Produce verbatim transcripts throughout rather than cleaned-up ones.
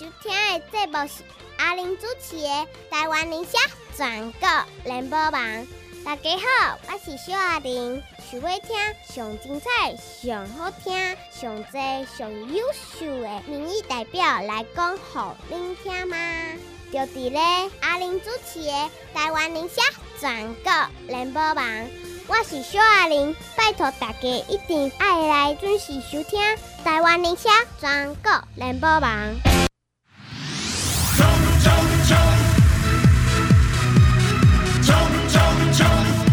收听的节目是阿玲主持的《台湾理社全国联播网》。大家好，我是小阿玲，想要听上精彩、上好听、上多、上优秀的民意代表来讲给您听吗？就伫咧阿玲主持的《台湾理社全国联播网》。我是小阿玲，拜托大家一定爱来准时收听台湾理社全国联播网。 冲冲冲！冲冲冲！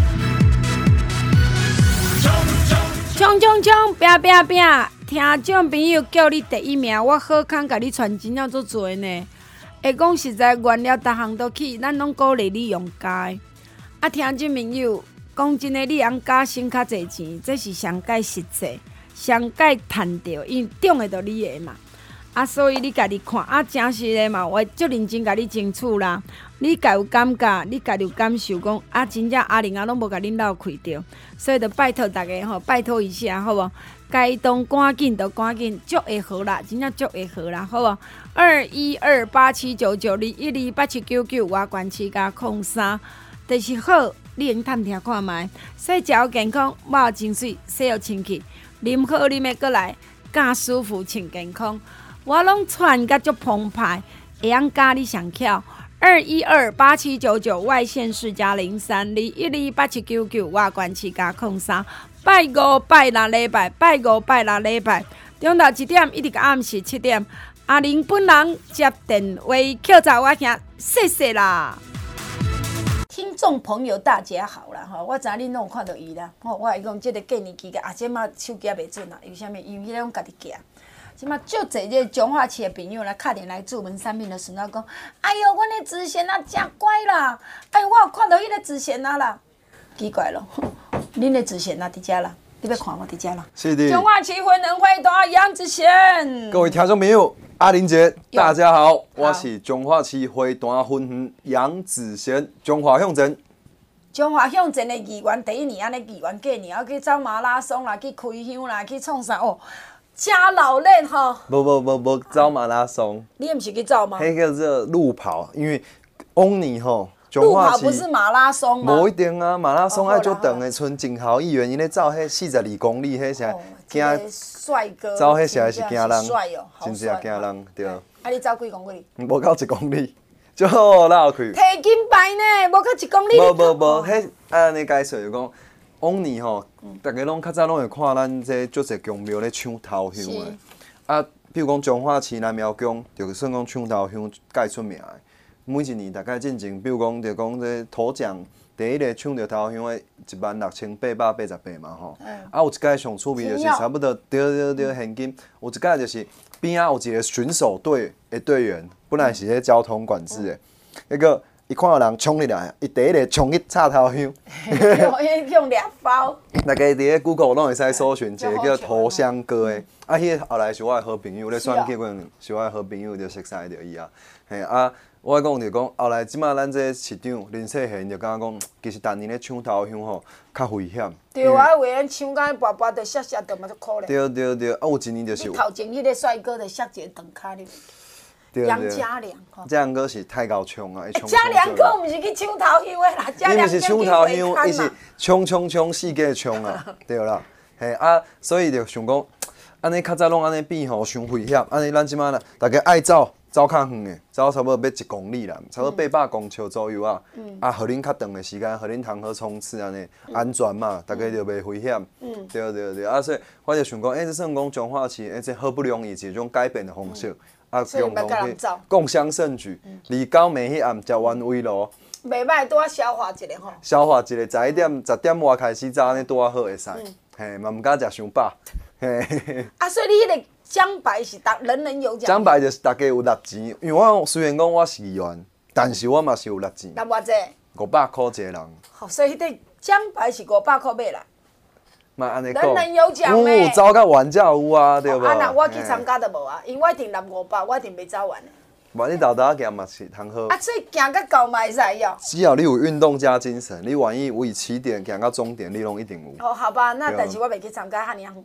冲冲冲！拼拼拼！听众朋友叫你第一名，我好康甲你传真了足侪呢。会讲实在，原料逐项都起，咱拢鼓励你用加的。啊，听众朋友。讲真诶，你用加省较侪钱，这是上界实际、上界赚到，因为中诶着你诶嘛。啊，所以你家己看，啊，真实诶嘛，我足认真甲你争取啦。你家有感觉，你家己有感受讲，啊，真正阿玲啊，拢无甲恁漏开着，所以着拜托大家吼，拜托一下，好无？该动赶紧着赶紧，足会好啦，真正足会好啦，好无？二一二八七九九二一二八七九九外关七加空三，就是好。你用探听看卖，洗脚健康，肉真水，洗又清气，啉好啉的过来，更舒服，穿健康。我拢穿甲足澎湃，会用加你上巧。二一二八七九九外线四加零三二一二八七九九外关七加空三。拜五拜六礼拜，拜五拜六礼拜，中昼一点一直到暗时七点，阿玲本人接电话扣查我兄，谢谢啦。听众朋友，大家好啦！吼，我知影恁拢有看到伊啦。吼，我会讲即个过年期间，啊，即马手机也袂准啦，为虾米？因为迄种家己寄。即马足侪个彰化市的朋友来敲电来注文产品的时候讲：哎哟，阮的纸钱啊，真乖啦！哎，我有看到迄个纸钱啊啦，奇怪咯，恁的纸钱啊，伫遮啦，你要看我伫遮啦。 是的。 彰化市婚能会大杨子贤。 各位听众朋友。阿玲姐，大家好，我是彰化市花坛分园杨子贤，中华乡镇。 中华乡镇的议员第一年安尼议员过年，啊去走马拉松啦，去开箱啦，去创啥哦，真老练吼。 无无无无走马拉松。 你毋是去走吗？ 迄叫做路跑，因为往年吼。 路跑不是马拉松吗？ 无一定啊，马拉松爱足长的，像景豪议员，因咧走迄四十二公里，迄啥惊帅哥， 走迄实在是惊人，真正惊人，对。啊， 你走几公里？ 无到一公里，就好绕开。 摕金牌呢，无到一公里。 无无无，迄安尼解说就讲，往年吼，大家拢较早拢会看咱这足侪宫庙咧抢头香的。啊，比如讲彰化市南庙宫，就算讲抢头香介出名的。每一年大概进前，比如讲，就讲这头奖第一个抢到头香的，一万六千八百八十八嘛吼。嗯、啊，有一届上趣味就是差不多对对对现金，有一届就是边仔有一个巡守队的队员，本来是咧交通管制的，那个伊看到人冲入来，伊第一个冲去插头香。 用两包。 大家伫咧 Google 拢会使搜寻一个叫头香哥的，啊，迄个后来是我的好朋友咧选举嗰阵，是我的好朋友就熟悉着伊啊，嘿啊。我讲就讲，后来即马咱这市长林世贤就讲讲，其实逐年咧抢头香吼，较危险。 对啊，为咱抢甲跋跋着摔摔着嘛，足可怜。对对对，啊有一年就是。 你头前迄个帅哥就摔一个长骹入。 对杨家良吼。 杨哥是太高冲啊！ 家良哥毋是去抢头香的啦，家良哥去抢头香，伊是冲冲冲四界冲啊，对啦。嘿啊，所以就想讲，安尼较早拢安尼比吼，伤危险。安尼咱即马啦，大家爱走。走较远的，走差不多要一公里啦，差不多八百公尺左右啊。嗯、啊，互恁较长的时间，互恁通好冲刺安尼，嗯、安全嘛，大家就袂危险。嗯、对对对，啊，所以我就想讲，哎、欸，这算讲彰化市，哎、欸，这好不容易一种改变的方式，嗯、啊，共同去共襄盛举。二九暝迄暗食完围炉， 袂歹，拄啊消化一下吼。 消化一下，十一点、十点外开始早安尼拄啊好会使，嘿，嘛毋敢食伤饱。嘿。 啊，所以你迄个。奖牌是大人人有奖。 奖牌就是大家有六钱，因为我虽然讲我是议员，但是我嘛是有六钱。 六偌济？ 五百块一个人。 好，所以迄个奖牌是五百块买啦。 嘛安尼讲。 人人有奖咩？ 有走到完才有啊，对无？ 啊，那我去参加就无啊，因为我一定拿五百，我一定袂走完的。 万你豆豆行嘛是通好。 啊，所以行到到嘛会使哟。 只要你有运动加精神，你万一为起点行到终点，你拢一定有。 哦，好吧，那但是我袂去参加遐尔远。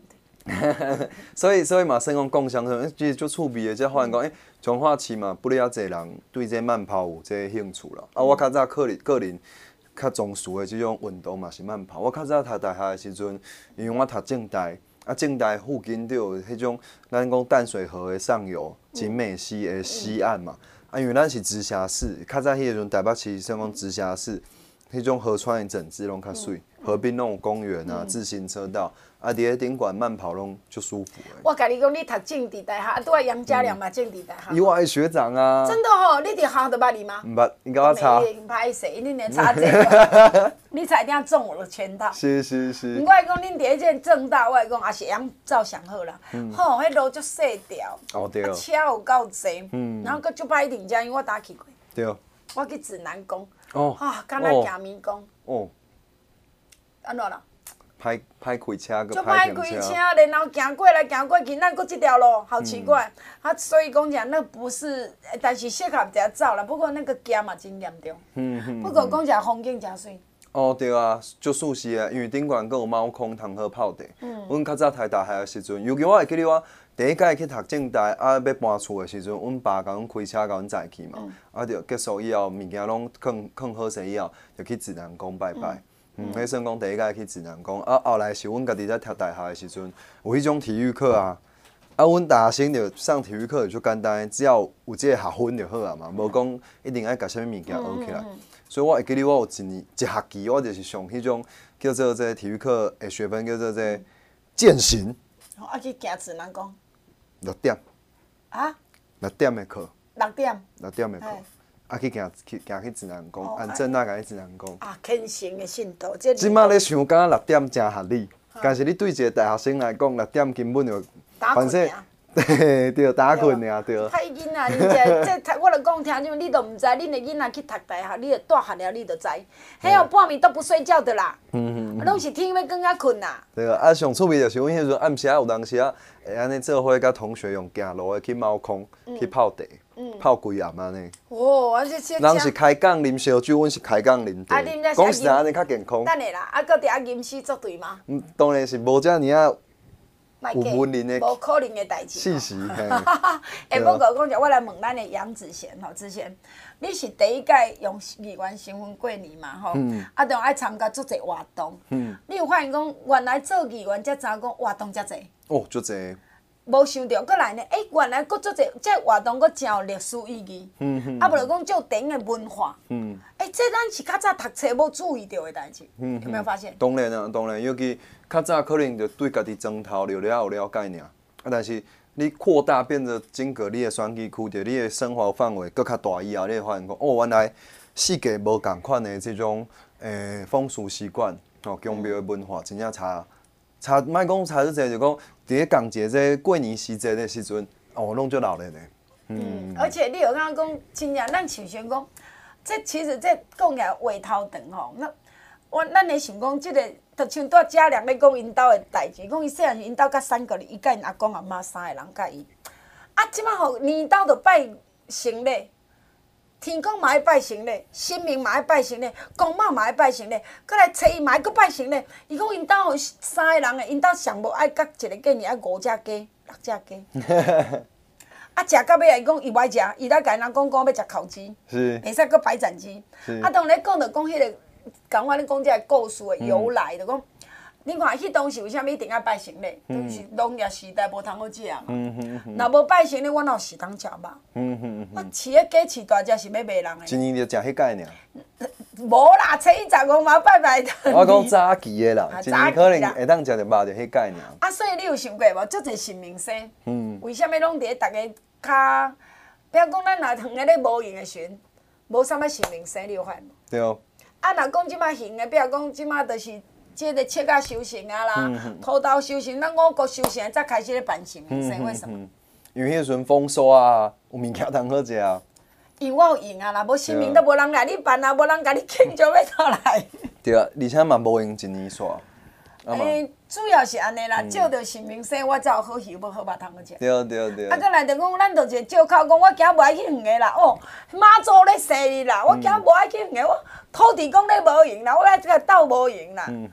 所以所以嘛，算讲共享生，其实足趣味的，才发现讲，诶、欸，彰化市嘛，不哩啊侪人对这慢跑有这兴趣啦。啊，我较早个人个人较重视的即种运动嘛是慢跑。我较早读大学的时阵，因为我读政大，啊政大附近就有迄种咱讲淡水河的上游、景美溪的西岸嘛。啊，因为咱是直辖市，较早迄个时阵台北市算讲直辖市，迄种河川的整治拢较水，河边拢有公园啊、自行车道。啊，伫咧顶管慢跑拢足舒服诶。 我甲你讲，你读政治大学，啊，拄啊杨家良嘛政治大学。 伊我的学长啊。 真的吼，你伫学校都捌伊吗？ 毋捌，你甲我查。 歹势，你连查这个，你才一定中我的圈套。 是是是。 我来讲，恁伫迄个政大，我来讲也是样照相好啦。吼，迄路足细条， 哦对。 车有够济，然后佫足歹停车，因为我搭去过。 对。 我去指南宫。 哦。 啊，敢若行迷宫。 哦。 安怎啦？ 歹歹开车， 就歹开车，然后行过来行过去，咱搁即条路，好奇怪。嗯、啊，所以讲讲那不是，但是适合只走啦。不过那个行嘛真严重。嗯嗯。不过讲一下风景真水。 哦，对啊，足舒适啊，因为顶悬阁有猫空通好泡茶。嗯。阮较早读大学的时阵，尤其我会记得我第一届去读政大，啊要搬厝的时阵，阮爸甲阮开车甲阮载去嘛，嗯、啊着结束以后，物件拢放放好势以后，就去指南宫拜拜。嗯嗯，迄算讲第一届去指南宫，啊后来是阮家己在读大学的时阵，有迄种体育课啊，啊阮大学生就上体育课就简单，只要有即个学分就好啊嘛，无讲一定爱甲啥物物件学起来。所以我会记得我有一年一学期，我就是上迄种叫做这体育课的学分叫做这健行。 啊去行指南宫。 六点。 啊？ 六点的课。 六点。 六点的课。啊，去行去行去指南宫，按正那个去指南宫。 啊，虔诚的信徒，这。 即摆咧想，敢若六点真合理，但是你对一个大学生来讲，六点根本就， 反正， 对对，打困尔对。 太紧啊！你这这，我著讲听种，你都毋知，恁的囡仔去读大学，你著大汉了，你著知，迄有半暝都不睡觉的啦，嗯嗯，拢是天要光啊困啦。 对啊，啊上趣味就是阮迄阵暗时有当时啊，会安尼做伙，甲同学用行路的去猫空去泡茶。泡规暗安尼。 哦，啊这这。 人是开讲啉烧酒，阮是开讲啉茶。讲实在安尼较健康。 等下啦，啊，搁伫遐吟诗作对吗？ 嗯，当然是无遮尔啊有文人的。 无可能的代志。 事实。 哎，不过讲者，我来问咱的杨子贤吼，子贤，你是第一届用议员身份过年嘛吼？嗯。啊，仲爱参加足侪活动。嗯。你有发现讲，原来做议员才知影讲活动遮侪？ 哦，足侪。 无想到，搁来呢？诶、欸，原来搁足侪，这活动搁真有历史意义。嗯嗯。啊，无就讲就顶的文化。嗯。诶、欸，这咱是较早读册无注意到的代志。嗯。有没有发现？ 当然啊，当然，尤其较早可能就对家己庄头了了有了解尔，啊，但是你扩大变得整个你的选举区，着你的生活范围搁较大以后，你会发现讲，哦，原来世界无共款的这种诶风俗习惯，哦，宫庙的文化真正差。差，莫讲差得济，就讲伫咧共节这过年时节的时阵，哦，拢足闹热的。 嗯，而且你有刚刚讲，真正咱想想讲，这其实这讲起来话头长吼，那我咱咧想讲，即个就像拄嘉良咧讲因兜的代志，讲伊细汉因兜甲三个人，伊甲因阿公阿妈三个人甲伊，啊，即摆吼年兜就拜神咧。天公嘛爱拜神咧，神明嘛爱拜神咧，公妈嘛爱拜神咧，搁来初一嘛爱搁拜神咧。伊讲因兜有三个人诶，因兜上无爱甲一个过年爱五只鸡、六只鸡。啊，食到尾伊讲伊无爱食，伊来甲因阿公讲要食烤鸡，袂使搁白斩鸡。啊，当然讲着讲迄个，讲我咧讲即个故事诶由来，就讲。你看，迄当时为啥物一定要拜神咧？就是农业时代无通好食嘛。若无拜神咧，我哪有时通食肉？我饲个鸡饲大只是要卖人诶。 一年就食迄届尔。 无啦，初一十五嘛拜拜。 我讲早期诶啦，一年可能会当食着肉就迄届尔。 啊，所以你有想過无？足侪神明生，为啥物拢伫咧逐个较？比如讲，咱若远个咧无闲诶时阵，无啥物神明生，你有发现无？ 对哦。 啊，若讲即摆行诶，比如讲即摆就是。即个切啊修行啊啦，土豆修行，咱五谷修行才开始咧办神明生，为什么？ 因为迄时阵丰收啊，有物件通好食啊。 因为我有用啊啦，无神明都无人来你办啊，无人甲你庆祝要倒来。 对啊，而且嘛无用一年煞。 诶，主要是安尼啦，照着神明生，我才有好鱼，无好肉通好食。 对对对。 啊，搁来就讲，咱就一个借口讲，我今无爱去远个啦，哦，妈祖咧生日啦，我今无爱去远个，我土地公咧无闲啦，我来这个斗无闲啦。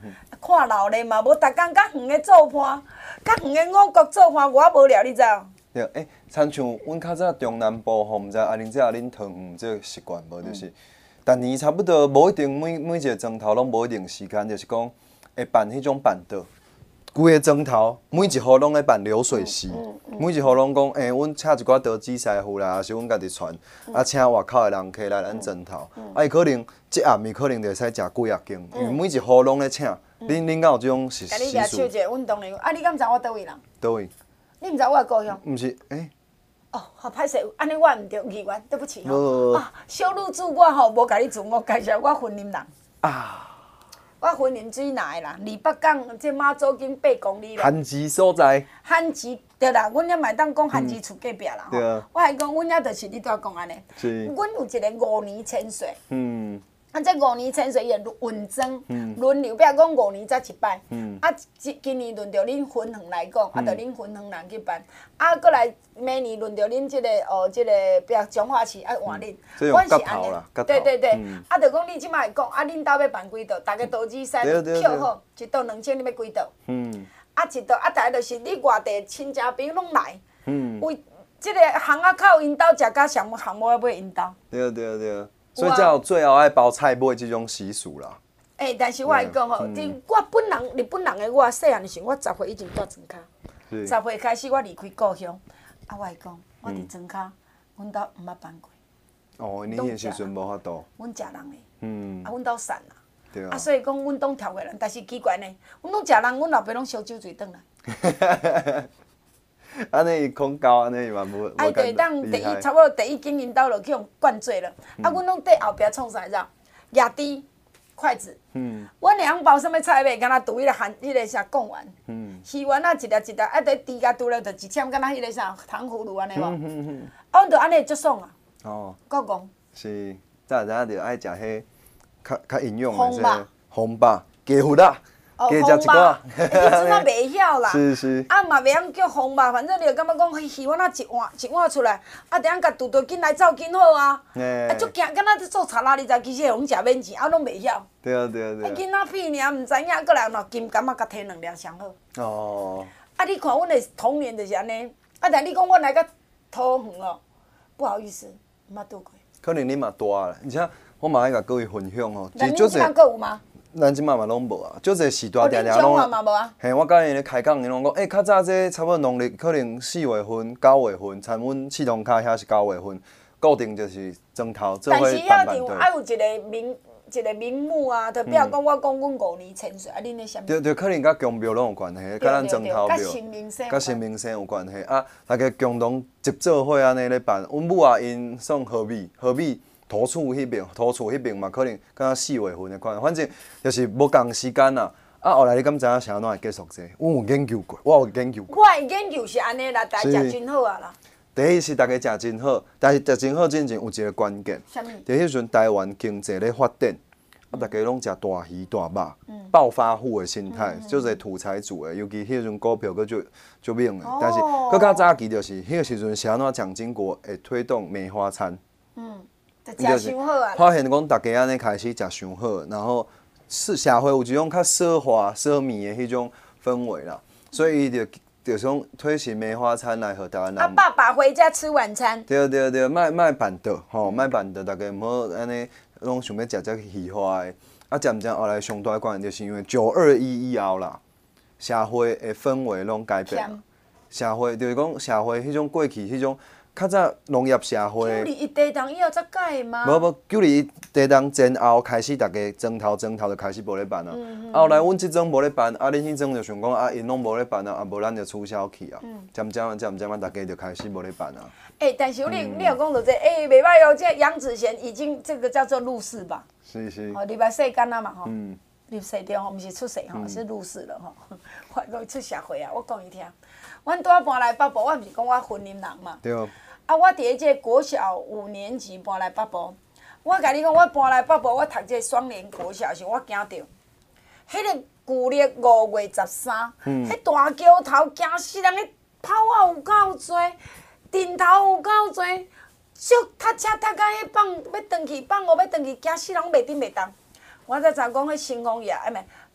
看老咧嘛，无逐工较远的做伴，较远的五谷做伴，我无聊，你知道？ 对，诶，亲像阮较早中南部吼，毋知阿玲姐阿恁汤圆这个习惯无？就是，逐年差不多无一定每每一个钟头拢无一定时间，就是讲会办迄种办桌，规个钟头每一户拢咧办流水席，每一户拢讲，诶，阮请一寡德基师傅啦，还是阮家己传，啊，请外口的人客来咱钟头，啊，伊可能即暗暝可能就会使食几啊间，因为每一户拢咧请，恁恁敢有即种习习俗？甲你举手一个，阮当然有。啊，你敢知我倒位人？ 倒位？ 你毋知我的故乡？ 毋是，诶。 哦，好歹势，安尼我毋对，议员，对不起吼。啊，小女子我吼无甲你自我介绍，我云林人。啊。我云林水南的啦，离北港这马祖经八公里啦。旱殖所在。 旱殖对啦，阮遐嘛当讲旱殖厝隔壁啦吼。 对啊。 我还讲，阮遐就是你拄仔讲安尼。 是。 阮有一个五年千岁。 嗯。 啊，这五年千岁伊会运庄，轮流，比如讲五年才一摆。啊，今今年轮到恁分行来讲，啊，着恁分行人去办。啊，过来明年轮到恁即个哦，即个比如彰化市啊换恁。 阮是安尼。 对对对。啊，着讲你即摆讲，啊，恁兜要办几道？大家投资山票好，一道两千，你要几道？嗯。啊，一道啊，大概就是你外地亲戚朋友拢来。嗯。为即个巷仔口因兜食甲上项目要买因兜。 对对对。所以才有最后爱包菜尾即种习俗啦。 诶、欸，但是我来讲吼，嗯、我本人日本人的我细汉的时候，我十岁已经住庄卡，十岁开始我离开故乡，啊，我来讲，我伫庄卡，阮兜毋捌办过。 哦，你迄时阵无法度。 阮食人的， 嗯， 啊，阮兜散啦。 对啊。 啊，所以讲，阮拢跳过人，但是奇怪呢，阮拢食人，阮老爸拢烧酒醉转来。 安尼伊控高，安尼伊嘛无无哎，对，当第一差不多第一经营到了去互灌醉了。啊，阮拢伫后壁创啥子？亚滴、筷子。嗯。阮两包什物菜尾，敢若除迄个含迄个啥贡丸。嗯。鱼丸啊，一粒一粒，啊，伫猪甲拄了，就一签，敢若迄个啥糖葫芦安尼无。嗯嗯嗯。啊，阮就安尼足爽啊。哦。够讲。是， 早知影着爱食迄较较营养的说红肉、鸡骨啦。 哦，红肉，迄阵仔袂晓啦， 是是， 啊嘛袂晓叫红肉，反正你就感觉讲，迄鱼丸仔一碗一碗出来，啊，得晓甲拄倒紧来走紧好啊，啊，足惊，敢若做茶啦，你知，其实互食免钱，啊，拢袂晓。 对啊对啊对啊。 迄囡仔屁尔，毋知影，过来喏，金柑仔甲摕两粒上好。哦。啊，你看阮的童年就是安尼，啊，但你讲阮来个桃园哦，不好意思，毋捌拄过。 可能你嘛大啦，而且我嘛爱甲各位分享哦， 其实就是。咱恁有吗？ 咱即摆嘛拢无啊，足侪时代定定拢。嘿，我甲因咧开讲，因拢讲，诶，较早这差不多农历可能四月份、九月份，像阮四通骹遐是九月份，固定就是庄头做伙办办桌。但是遐定爱有一个名一个名目啊，就比如讲我讲阮五年千岁，啊，恁咧啥物？ 对对，可能甲宫庙拢有关系，甲咱庄头庙。 甲新明生。 甲新明生有关系啊，大家共同集做伙安尼咧办。阮母啊，因送河米，河米。土厝迄边，土厝迄边嘛，可能敢若四月份的款，反正就是无共时间啦。啊，后来你敢知影啥怎会结束者？我有研究过，我有研究过。 我的研究是安尼啦，大家食真好啊啦。 第一是大家食真好，但是食真好之前有一个关键。 啥物？ 伫迄阵台湾经济咧发展，啊，大家拢食大鱼大肉，暴发户的心态，就是土财主的，尤其迄阵股票佫就就猛的。但是佫较早期就是迄个时阵，是安怎蒋经国会推动梅花餐。嗯。 食伤好啊！ 发现讲大家安尼开始食伤好，然后是社会有一种较奢华、奢靡的迄种氛围啦，所以伊就就想推行梅花餐来和台湾人。 啊，爸爸回家吃晚餐。 对对对，卖卖办桌吼，卖办桌，大家毋好安尼拢想要食只虚华的。啊，渐渐后来上大关键就是因为九二一以后啦，社会的氛围拢改变了。社会就是讲社会迄种过去迄种。较早农业社会， 九二一地震以后才改的吗？ 无无，九二一地震前后开始，大家庄头庄头就开始无咧办啊。嗯嗯、啊，后来阮即庄无咧办，啊，恁迄庄就想讲啊，因拢无咧办啊，啊，无咱就取消去啊。嗯、渐渐啊，渐渐啊，大家就开始无咧办啊。 哎、欸，但是你、嗯、你有讲到这，哎、欸，袂歹哦，这杨子贤已经这个叫做入世吧？ 是是。 哦，礼拜四干啊嘛吼。嗯。入世对吼，毋是出世吼，嗯、是入世了吼。我讲出社会啊，我讲伊听。阮拄仔搬来北部，我毋是讲我云林人嘛。 对。 啊，我伫迄个国小五年级搬来北部，我甲你讲，我搬来北部，我读这个双联国小时，我惊着，迄个旧历五月十三，迄、嗯、大桥头惊死人，迄炮啊有够多，阵头有够多，足踏车踏到迄放要转去放学要转去，惊死人袂顶袂动。我才知讲迄新丰夜，哎咪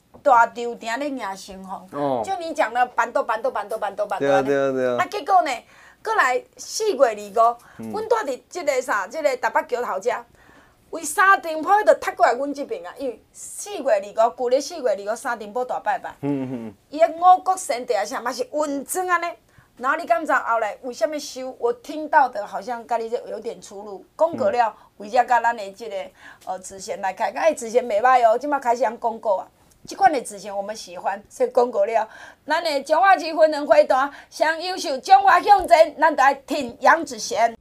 大丢定咧赢成风。 哦就你讲的板豆板豆板豆板豆板豆。 对啊对啊对啊啊，结果呢，过来四月二五，阮住伫即个啥，即个台北桥头遮。为三重埔就踢过来阮即边啊，因为四月二五，旧历四月二五三重埔大拜拜， 嗯嗯， 伊个五谷神地啊啥嘛是温庄安尼。然后你敢知后来为什么收？我听到的好像甲你这有点出入。公告了，为则甲咱的即个呃子贤来开，哎子贤袂歹哦，即马开始通公告啊。即款的子贤我们喜欢，所以公告了。咱的中华区分园会团上优秀中华向前，咱就爱挺杨子贤。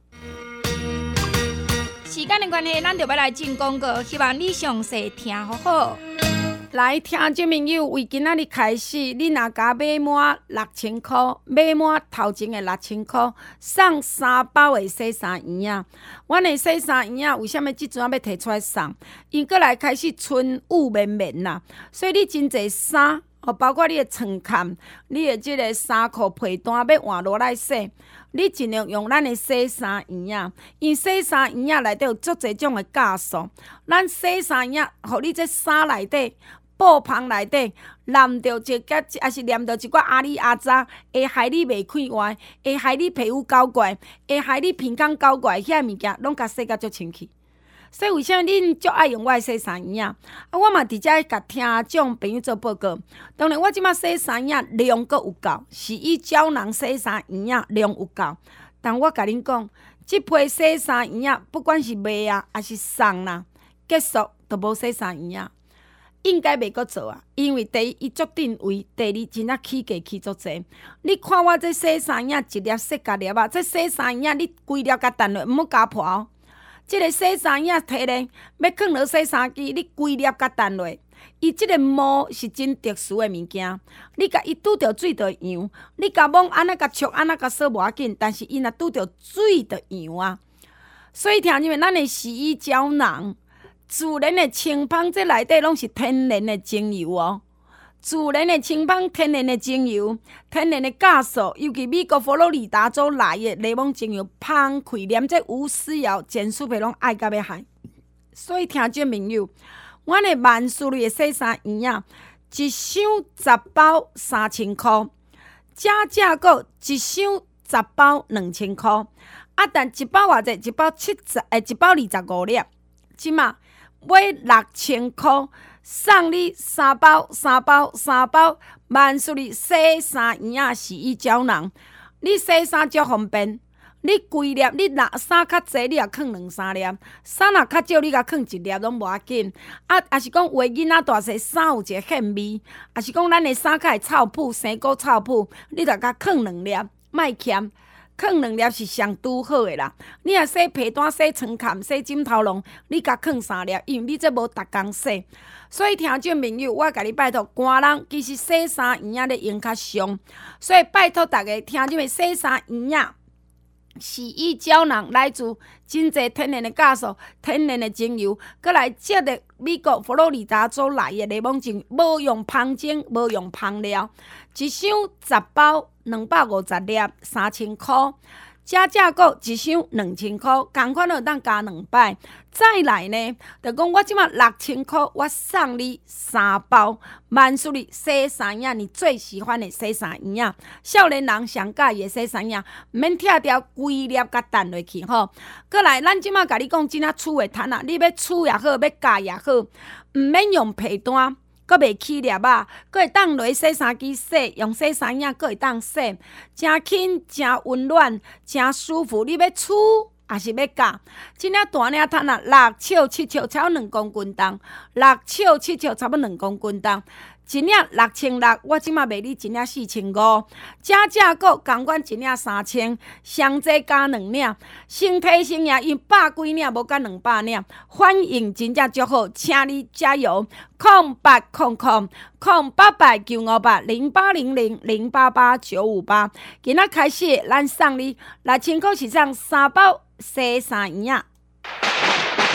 时间的关系，咱就要来进广告，希望你详细听好好。 来，听众朋友，为今仔日开始，你若甲买满六千块，买满头前的六千块，送三包的洗衫衣啊！阮的洗衫衣啊，为什么即阵要摕出来送？因过来开始春雾绵绵啦，所以你真侪衫。哦，包括你的床坎、你的即个衫裤被单要换落来洗，你尽量用咱的洗衫衣啊，因洗衫衣啊内底有足侪种的假素，咱洗衫衣，互你这衫内底、布棚内底染着一个，还是染着一寡阿里阿杂，会害你袂快活，会害你皮肤搞怪，会害你鼻孔搞怪，遐物件拢甲洗甲足清气。所以为啥恁足爱用我的洗衫衣啊？啊，我嘛伫遮甲听众朋友做报告。当然，我即马洗衫衣量阁有够，是以胶囊洗衫衣啊量有够。但我甲恁讲，即批洗衫衣啊，不管是卖啊，还是送啦，结束都无洗衫衣啊，应该袂阁做啊。因为第一，伊足定位；第二，真正起价起足济。你看我这洗衫衣一粒洗甲粒啊，这洗衫衣你规粒甲弹落，毋好加破哦。即个洗衫衣摕咧，要放落洗衫机，你规粒甲弹落。伊即个毛是真特殊的物件，你甲伊拄着水就扬，你甲网安那甲戳安那甲说无要紧，但是伊若拄着水就扬啊。所以听入面，咱的洗衣胶囊，自然的清芳，这内底拢是天然的精油哦。自然的清芳，天然的精油，天然的酵素，尤其美国佛罗里达州来的柠檬精油，芳开连这无私药、减速皮拢爱甲要害。所以听众朋友，阮的万事类的洗衫衣啊，一箱十包三千块，加价购一箱十包两千块，啊，但一包偌济？一包七十，诶，一包二十五粒，即嘛买六千块。送你三包、三包、三包万事利洗衫衣啊，洗衣胶囊。你洗衫足方便，你规粒，你若衫较济，你也放两三粒；衫若较少，你甲放一粒拢无要紧。啊，也是讲有诶囡仔大细衫有一个献味，也是讲咱诶衫较会臭噗、生果臭噗，你着甲放两粒，莫欠。放两粒是上拄好诶啦。你若洗被单、洗床坎、洗枕头笼，你甲放三粒，因为你这无逐工洗。所以听众朋友，我甲你拜托，寒人其实洗衫衣啊咧用较凶，所以拜托大家听入洗衫衣啊。洗衣胶囊来自真侪天然的酵素、天然的精油，搁来接的美国佛罗里达州来的柠檬精，无用芳精，无用芳料，一箱十包，两百五十粒，三千块。加价购一箱两千块，同款就当加两摆。再来呢，就讲我即马六千块，我送你三包万事利洗衫衣，你最喜欢的洗衫衣啊！少年人上喜欢的洗衫衣，毋免拆掉规粒甲弹落去吼。过来，咱即马甲你讲，真正厝的摊啊，你要厝也好，要家也好，毋免用被单。阁袂起粒啊，阁会当落洗衫机洗，用洗衫衣阁会当洗，真轻、真温暖、真舒服。你要厝还是要家？真正大领摊啊，六尺七尺，差不多两公斤重；六尺七尺，差不多两公斤重。一领六千六，我即马卖你一领四千五，加价购共款一领三千，上济加两领，身体性也因百几领无甲两百领，反应真正足好，请你加油！空八空空空八八九五八零八零零零八八九五八，今仔开始，咱送你六千块是送三包洗衫衣啊！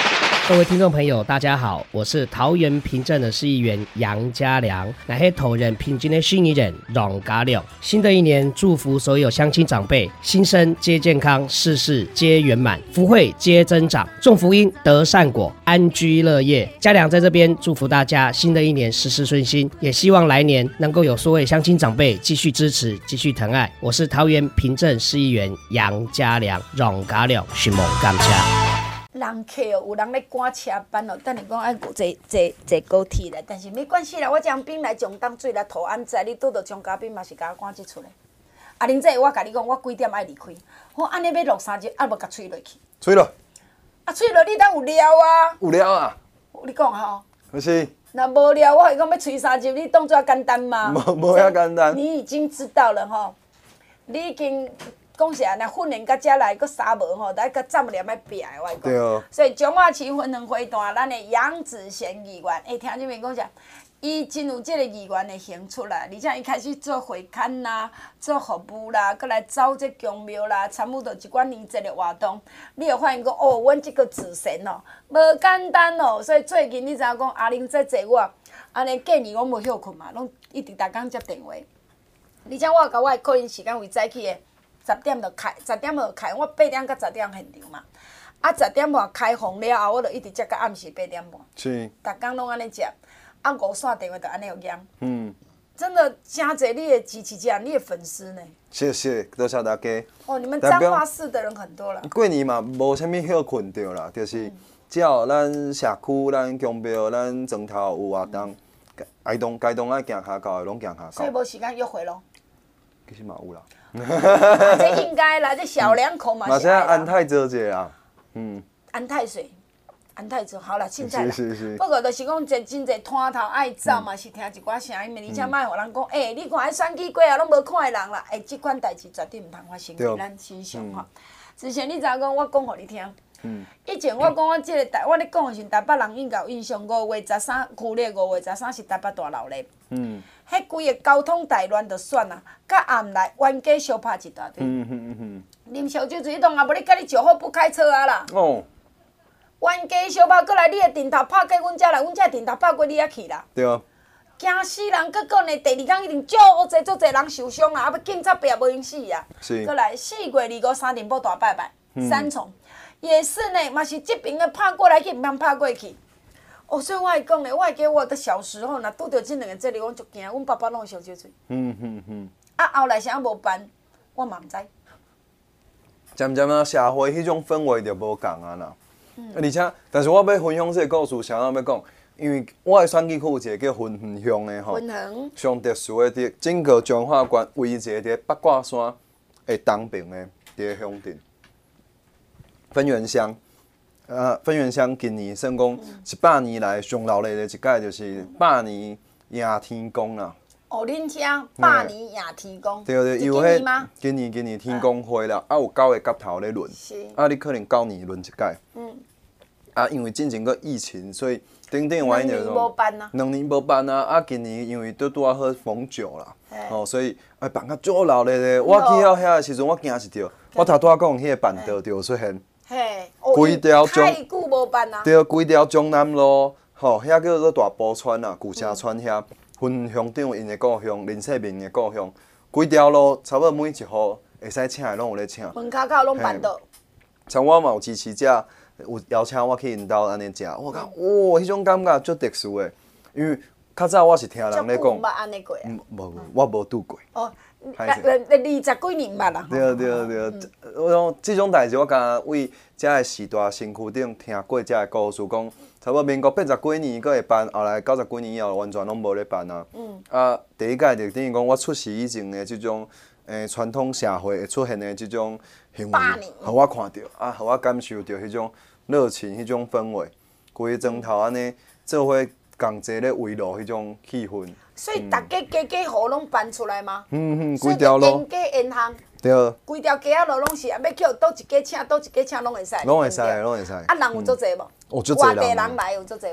各位听众朋友，大家好，我是桃园平镇的市议员杨家良，乃是桃园平镇的新议人荣家良。新的一年，祝福所有乡亲长辈，新生皆健康，事事皆圆满，福慧皆增长，众福音得善果，安居乐业。家良在这边祝福大家，新的一年事事顺心，也希望来年能够有所有乡亲长辈继续支持，继续疼爱。我是桃园平镇市议员杨家良，荣家良，寻梦感谢。 人客哦，有人咧赶车班哦，等于讲爱坐坐坐高铁咧，但是没关系啦，我江滨来上当水来图安在，你拄到张家滨嘛是甲我赶即出来。啊，玲姐，我甲你讲，我几点爱离开？我安尼要落三日，还无甲吹落去。 吹了， 啊，吹落你当有料啊？ 有了啊？ 你讲吼？ 不是， 那无料，我是讲要吹三日，你当作简单吗？ 无无遐简单。 你已经知道了吼，你已经。讲是安尼，训练到遮来，佮三无吼，来佮站念爱拼的，我讲。 对哦。 所以中华市分两会段，咱的杨子贤议员，会听这边讲啥？伊真有这个议员的兴趣啦，而且伊开始做会刊啦，做服务啦，佮来走这公庙啦，参与到一寡年节的活动。你会发现讲，哦，阮即个子贤哦，无简单哦。所以最近你知影讲，阿玲在坐我，安尼建议我无休困嘛，拢一直逐工接电话。而且我甲我的个人时间为早起的。十点就开，十点就开，我八点到十点现场嘛。啊，十点半开放了后，我就一直接到暗时八点半。 是。 逐工拢安尼食，啊五线电话就安尼有验。 嗯。 真的，真侪你的支持者，你的粉丝呢？ 谢谢，多谢大家。 哦，你们彰化市的人很多了。 过年嘛，无啥物休困着啦，就是只要咱社区、咱公庙、咱庄头有活动，该动该动爱行下到的拢行下到。 所以无时间约会咯。 其实嘛有啦。 啊，这应该啦，这小两口嘛是。 嘛现在安泰做者啊，嗯。 安泰水，安泰水，好啦，凊彩啦。 是是是。 不过就是讲，真真侪摊头爱走嘛，是听一寡声音，而且莫互人讲，诶，你看迄选举过啊，拢无看的人啦，诶，即款代志绝对毋通发生伫咱身上吼。之前你知影讲，我讲互你听。嗯。以前我讲我即个台，我咧讲的是台北人应该有印象，五月十三，旧历五月十三是台北大闹热。嗯。迄规个交通大乱就算啦，甲暗内冤家相拍一大堆。嗯嗯嗯嗯。啉烧酒醉动啊，无你甲你酒后不开车啊啦。哦。冤家相拍过来，你的电头拍过阮遮来，阮遮电头拍过你遐去啦。对啊。惊死人，佮讲呢，第二天一定足济足济人受伤啊，啊要警察拼无用死啊。是。过来四月二五三点报大拜拜，三重也是呢，嘛是这边的拍过来去，毋通拍过去。哦，所以我会讲咧，我会记我的小时候，若拄着即两个节日，我足惊，阮爸爸拢会烧酒醉。嗯嗯嗯。啊，后来啥无办，我嘛毋知。 渐渐啊，社会迄种氛围就无共啊啦。嗯。而且，但是我要分享这个故事，啥人要讲？因为我的选举区有一个叫分园乡的吼，上特殊的伫整个彰化县唯一一个伫八卦山的东边的伫个乡镇，分园乡。呃，分园乡今年算讲一百年来上闹热的一届，就是百年迎天宫啦。 哦，恁遐百年迎天宫。 对对，有迄今年今年天公会啦，啊有九个角头咧轮，啊你可能九年轮一届。嗯。啊，因为之前个疫情，所以等等原因就两年无办啊。 两年无办啊，啊今年因为拄拄啊好逢九啦，哦，所以哎办甲足闹热的。我去到遐的时阵，我惊一跳，我头拄啊讲迄个板道就出现。 嘿， 规条中太久无办啊。 对，规条中南路，吼，遐叫做大埔村啊，古城村遐，分乡长因的故乡，林世明的故乡，规条路差不多每一户会使请的拢有咧请。 门口口拢办到。 像我嘛有支持者，有邀请我去因兜安尼食，我讲，哇，迄种感觉足特殊的，因为较早我是听人咧讲。 捌安尼过啊？ 无无，我无拄过。哦。 二二十几年捌啦。 对对对，我讲即种代志，我敢为遮个时代身躯顶听过遮个故事，讲差不多民国八十几年佫会办，后来九十几年以后完全拢无咧办啊。嗯。啊，第一届就等于讲我出世以前的即种诶传统社会会出现的即种行为，互我看到，啊，互我感受到迄种热情、迄种氛围，规个庄头安尼做伙共齐咧围炉迄种气氛。 所以大家家家户拢搬出来吗？ 嗯嗯，规条路。 沿街沿巷。 对。 规条街仔路拢是啊，要叫倒一家请，倒一家请拢会使。 拢会使，拢会使。 啊，人有足济无？ 哦，足济人。 外地人来有足济无？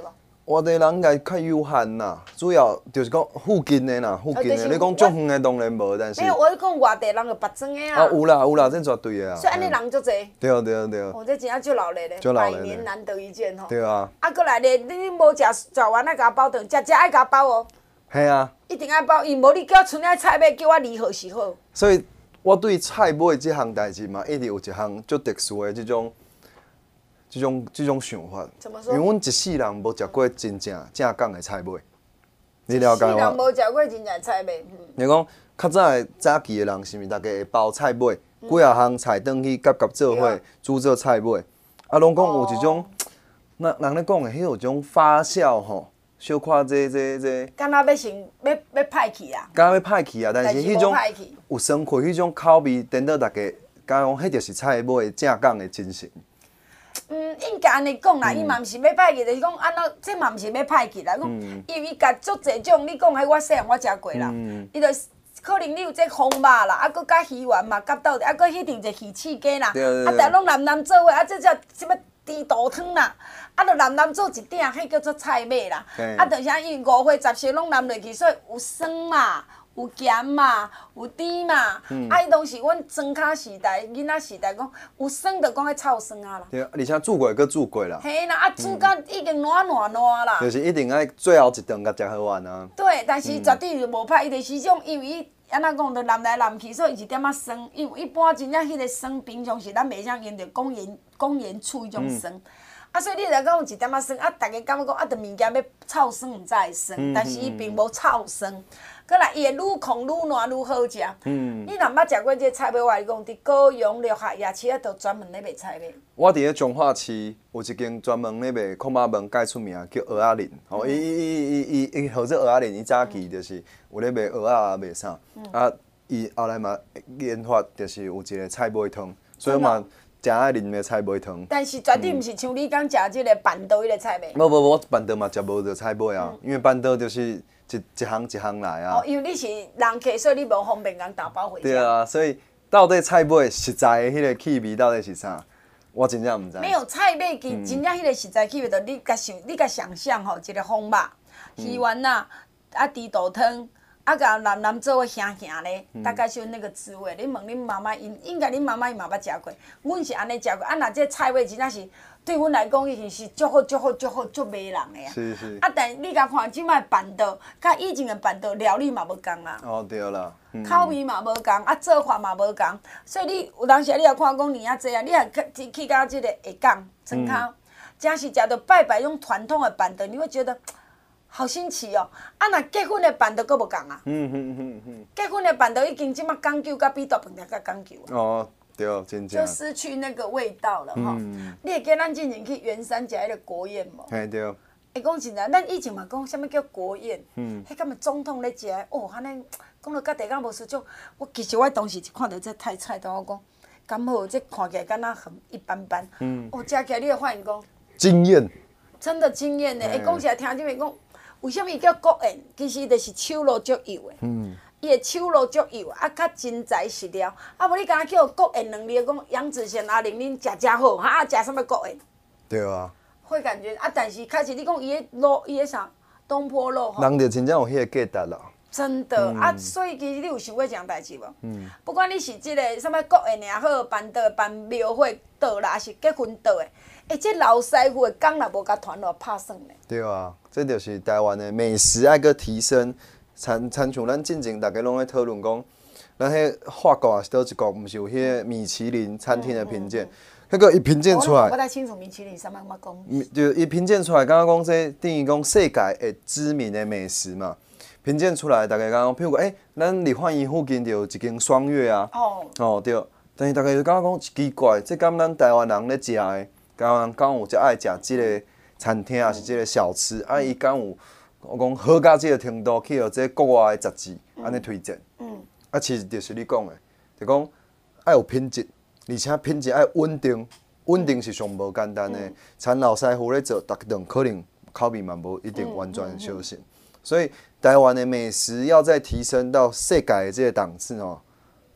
外地人应该较有限啦，主要就是讲附近的啦，附近的。你讲足远的当然无，但是。 没有，我是讲外地人有别种的啊。 啊，有啦有啦，这绝对的啊。 所以安尼人足侪。 对对对。 哦，这真正足闹热的，百年难得一见吼。 对啊。 啊，过来咧，你无食食完爱甲我包顿，食食爱甲我包哦。 系啊。 一定爱包，伊无你叫剩下菜尾叫我离好是好。 所以，我对菜尾这项代志嘛，一直有一项足特殊的这种。这种这种想法，因为阮一世人无食过真正正港的菜尾，你了解我？ 一世人无食过真正的菜尾。 你讲较早的早期的人，是毋是大家会包菜尾，几啊项菜转去夹夹做伙煮做菜尾？啊，拢讲有一种，那人咧讲的，迄有种发酵吼，小可这这这。 敢若要成要要歹去啊？ 敢若要歹去啊，但是迄种去有生气，迄种口味，等到大家敢讲，迄就是菜尾正港的精神。 嗯，应该安尼讲啦，伊嘛毋是要歹去，就是讲安怎，这嘛毋是要歹去啦。讲，因为伊甲足侪种，你讲迄我细汉我食过啦，伊就可能你有这风肉啦，啊，搁甲鱼丸嘛夹到，啊，搁迄条就鱼翅鸡啦，啊，但拢南南做伙，啊，这叫什么猪肚汤啦，啊，就南南做一鼎，迄叫做菜尾啦，啊，就是因为五花十色拢南落去，所以有酸嘛。有咸嘛，有甜嘛，嗯、啊！伊拢是阮庄脚时代、囡仔时代讲有酸，就讲迄臭酸啊啦。 对，而且煮过，搁煮过啦。 嘿啦，啊煮到已经烂烂烂啦。 就是一定爱最后一顿甲食好完啊。 对，但是绝对就无歹，伊就是种因为伊安怎讲，就南来南去，所以一点仔酸。因为一般真正迄个酸，平常时咱袂啥用着公盐、公盐醋迄种酸。嗯啊，所以你来讲有一点仔酸，啊，大家感觉讲啊，着物件要臭酸，毋知会酸，嗯、但是伊并无臭酸。过来，伊会愈控愈烂愈好食。嗯，你若捌食过这菜尾，我跟你讲，伫高雄、六合夜市啊，都专门咧卖菜尾。 我伫咧彰化市有一间专门咧卖控肉饭，介出名叫蚵仔面。吼、嗯，伊伊伊伊伊伊号做蚵仔面，伊早期就是有咧卖蚵仔啊，卖啥。嗯、啊，伊后来嘛研发就是有一个菜尾汤，所以嘛。真爱啉的菜尾汤， 但是绝对毋是像你讲食即个板豆迄个菜尾。 无无无，我板豆嘛食无着菜尾啊，嗯、因为板豆就是一一行一行来啊。 哦，因为你是人客，所以你无方便共打包回家。 对啊，所以到底菜尾实在的迄个气味到底是啥？我真正毋知。 没有菜尾，其真正迄个实在气味，就你甲想，你甲想象吼，一个风肉、鱼丸呐，啊猪肚汤。啊，甲南南做伙咸咸咧，大概就那个滋味。你问恁妈妈，因应该恁妈妈伊嘛捌食过，阮是安尼食过。啊，若这菜尾真正是对阮来讲，已经是足好、足好、足好、足迷人的啊。 是是。 啊，但你甲看即摆板豆，甲以前的板豆料理嘛无共啦。 哦，对啦。嗯、 口味嘛无共，啊，做法嘛无共，所以你有当时你也看讲年啊济啊，你也去去到即个下港庄口，真是食到拜拜用传统的板豆，你会觉得。好新奇哦！啊，若结婚的板豆佫无共啊。嗯嗯嗯嗯。结婚的板豆已经即马讲究，甲比大饭店较讲究啊。 哦，对，真正。 就失去那个味道了哈。嗯。你会记咱之前去圆山食迄个国宴无？ 嘿，对。 会讲真正，咱以前嘛讲啥物叫国宴？嗯。迄敢物总统咧食的，哦，安尼讲到甲地敢无输种。我其实我当时一看到这菜菜单，我讲敢好，这看起来敢若很一般般。嗯。哦，食起来你会发现讲。 惊艳。 真的惊艳呢！会讲起来听这边讲。为什么伊叫国宴？其实就是手路足油的，嗯，伊的手路足油，啊，较真材实料。啊，无你敢若叫国宴两字，讲杨子贤、阿玲恁食食好，哈，食什么国宴？ 对啊。 会感觉啊，但是开始你讲伊的路，伊的啥东坡肉吼， 人就真正有迄个价值啦。 真的、嗯、啊，所以其实你有想过一件代志无？嗯。不管你是即个什么国宴也好，办桌办庙会桌啦，还是结婚桌的，哎，这老师傅的工若无甲传落，拍算呢。 对啊。这就是台湾的美食爱个提升，参参像咱进前大家拢在讨论讲，咱迄法国啊是倒一国，毋是有迄个米其林餐厅的评鉴，迄个伊评鉴出来， 我不太清楚米其林什么么讲。 就伊评鉴出来，刚刚讲这等于讲世界的知名的美食嘛，评鉴出来，大家刚刚譬如讲，诶、欸，咱离焕衣附近就有一间双月啊，哦，哦对，但是大家就刚刚讲奇怪，这敢咱台湾人咧食的，刚刚刚有只爱食即个。餐厅也是即个小吃，啊，伊敢有我讲好到即个程度，去互这国外的杂志安尼推荐。嗯。啊，其实就是你讲的，就讲爱有品质，而且品质爱稳定，稳定是上无简单的。嗯、参老师傅咧做，逐顿可能口味嘛无一定完全相信。嗯嗯嗯、所以台湾的美食要再提升到世界的这个档次哦，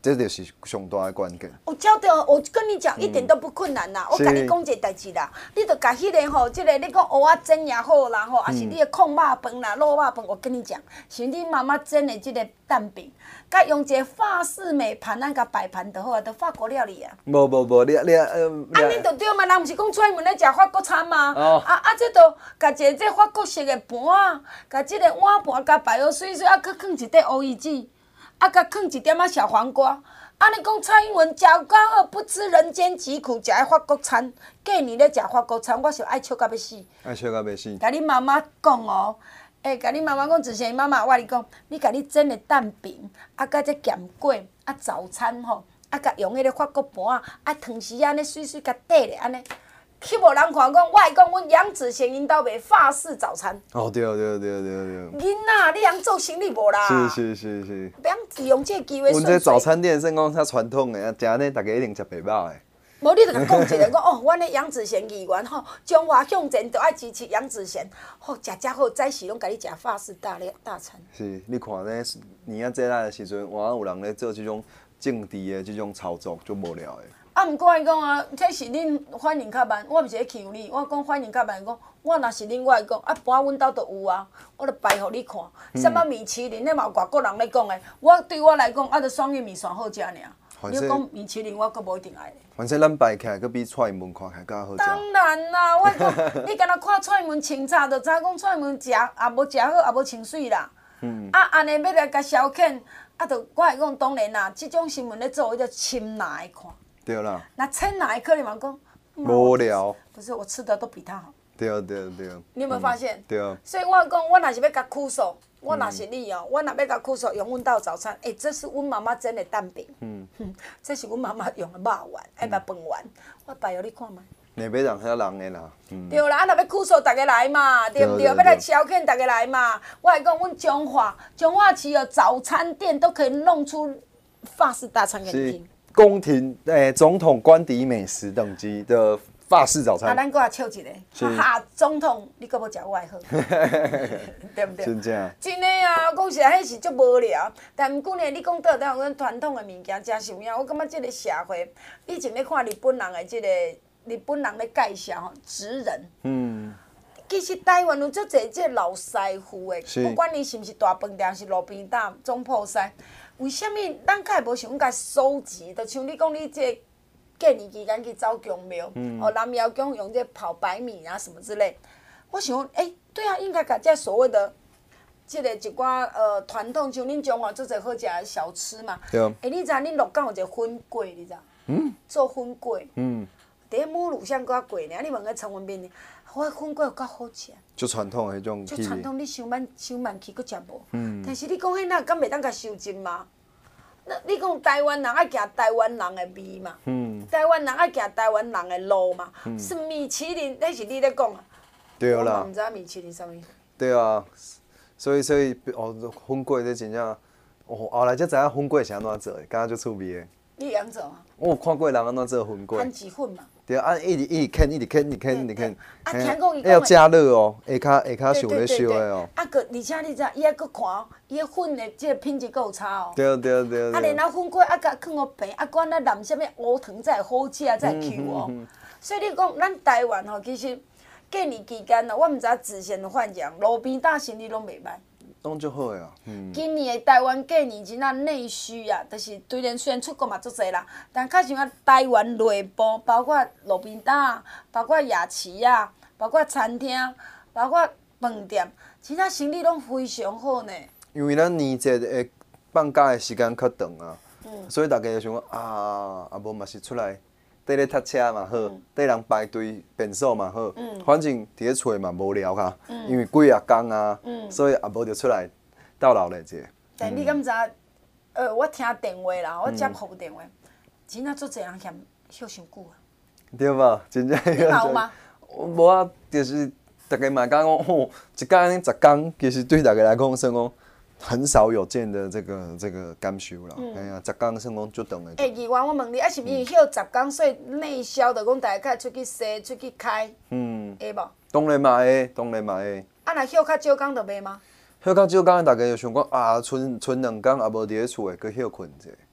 这就是上大的关键。 我教的，我跟你讲，一点都不困难啦。我是跟你讲一个代志啦，你著甲迄个吼，即个你讲蚵仔煎也好啦吼，还是你的控肉饭啦、肉肉饭，我跟你讲，像你妈妈煎的即个蛋饼，甲用一个法式美盘，咱甲摆盘就好啊，就法国料理啊。 无无无，你你呃， 啊，你著对嘛，人毋是讲出门咧食法国餐吗？ 哦啊啊，这著甲一个这法国式的盘啊，甲即个碗盘甲摆好水水，啊，搁放一块乌鱼子，啊，甲放一点仔小黄瓜。啊！你讲蔡英文食到好，不知人间疾苦，食法国餐。过年咧食法国餐，我是爱笑到要死。 爱笑到要死。 甲你妈妈讲哦，诶，甲你妈妈讲，之前妈妈，我甲你讲，你甲你蒸的蛋饼，啊，甲这咸粿，啊，早餐吼，啊，甲用迄个法国盘啊，啊，汤匙安尼水水甲缀咧安尼。去无人看讲，我会讲，阮杨子贤因兜卖法式早餐。 哦，对对对对对。 囡仔，你通做生意无啦？ 是是是是。 别利用这个机会阮这早餐店算讲较传统的，啊，食安尼大家一定食袂饱的。 无，你著甲讲一个，讲哦，阮的杨子贤议员吼，中华向前都爱支持杨子贤，吼，食遮好，早时拢甲你食法式大料大餐。 是，你看咧年仔节来的时阵，换有人咧做即种政治的即种操作，就无聊的。 啊，毋过伊讲啊，这是恁反应较慢，我毋是咧欺负你，我讲反应较慢，讲我若是恁，我会讲啊，盘阮兜都有啊，我著摆互你看。什么米其林，那嘛有外国人咧讲的，我对我来讲，啊，著双玉米线好食尔。你讲米其林，我阁无一定爱咧。 反正咱摆起来，阁比蔡英文看起来较好食。 当然啦，我讲你敢若看蔡英文清茶，就知讲蔡英文食也无食好，也无清水啦。嗯。啊，安尼要来甲消遣，啊，著我会讲，当然啦，即种新闻咧做，伊著深拿来看。 对啦。 那深拿可能嘛讲。 无聊。 不是，我吃的都比他好。 对对对。 你有没有发现？ 对。 所以我讲，我若是要甲哭诉，我若是你哦，我若要甲哭诉，用阮兜早餐，诶，这是阮妈妈蒸的蛋饼，嗯，这是阮妈妈用的肉丸，哎，肉饭丸，我摆互你看卖。 你要人遐人的啦，嗯。 对啦，啊，若要哭诉，大家来嘛，对不对？要来消遣，大家来嘛。我来讲，阮中华中华市的早餐店都可以弄出法式大餐给你听。 宫廷诶，总统官邸美食等级的法式早餐。 啊，咱搁也笑一个，哈，总统，你搁要食我的好，对不对？ 真正。 真的啊，讲实在，迄是足无聊。但毋过呢，你讲倒倒阮传统的物件真受影，我感觉即个社会，以前咧看日本人的即个日本人咧介绍吼，职人。嗯。其实台湾有足侪即老师傅的，不管你是毋是大饭店，是路边摊、总铺师。为什么咱较会无想甲收集？就像你讲，你这过年期间去走宫庙，嗯、哦，南庙宫用这跑百米啊什么之类。我想讲，哎、欸，对啊，应该甲这所谓的这个一寡呃传统，像恁中华做侪好食的小吃嘛。 对。 哎、欸，你知恁鹿港有一个粉粿，你知？嗯。做粉粿。嗯。伫咧母乳上搁较贵呢，你问个陈文斌呢？我粉粿有够好食。就传统的迄种。 就传统，你想慢想慢去，搁食无。嗯。但是你讲迄那敢袂当甲收进吗？那你讲台湾人爱行台湾人的味嘛？嗯。台湾人爱行台湾人的路嘛？嗯。是米其林，那是你咧讲啊？ 对啦。 我毋知影米其林啥物。 对啊，所以所以哦，粉粿这真正，哦后来才知影粉粿是安怎做的，感觉足趣味的。 你会晓做啊？ 我有看过人安怎做粉粿。 番薯粉嘛。 对啊，一直一直啃，一直啃，一直啃，一直啃。 啊，听讲伊要加热哦，下骹下骹是有咧烧的哦。 啊，个而且你知，伊还搁看哦，伊个粉的即个品质够差哦。 对对对。 啊，然后粉粿啊，甲放互平，啊，搁安尼淋啥物乌糖才会好食，才会 Q 哦。所以你讲，咱台湾吼，其实过年期间哦，我毋知影之前的幻想，路边摊生意拢袂歹。 拢足好啊！嗯。 今年的台湾过年真啊内需啊，就是虽然虽然出国嘛足侪啦，但较像啊台湾内部，包括路边摊，包括夜市啊，包括餐厅，包括饭店，真啊生意拢非常好呢。 因为咱年节的放假的时间较长啊，嗯、所以大家就想讲啊，啊无嘛是出来缀咧搭车嘛好，缀、嗯、人排队便所嘛好，嗯、反正伫咧厝嘛无聊啊，嗯、因为几啊工啊，嗯、所以也无就出来逗留咧者。 但你敢知？呃，我听电话啦，我接服务电话，真啊足侪人嫌休伤久啊。 对吧？真正。 你有吗？ 无啊，就是大家嘛讲讲，吼，一工十工，其实对大家来讲算讲很少有见的这个这个感受啦。哎呀，十工算讲足长的。 诶，议员，我问你，啊是毋是休十工，所以内销就讲大家较出去踅、出去开，嗯，会无？ 当然嘛会，当然嘛会。 啊，若休较少工就袂吗？ 休较少工，大家就想讲啊，剩剩两工也无伫咧厝诶，搁休困者。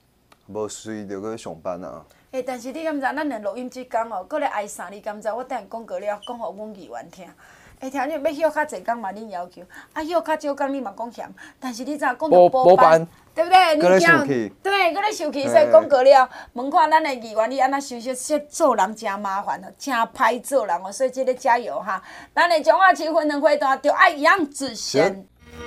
无随着去上班啊。 诶、欸，但是你敢知？咱的录音即工哦，搁咧挨三，你敢知？我等下讲过了，讲互阮议员听。诶、欸，听你要休较济工嘛，恁要求；啊，休较少工你嘛讲嫌。但是你知讲到补班，对不对？ 搁咧受气。 对，搁咧受气，所以讲过了，问看咱的议员，你安那休息说做人真麻烦哦，真歹做人哦，所以即个加油哈！咱的彰化市分两会段就爱杨子贤。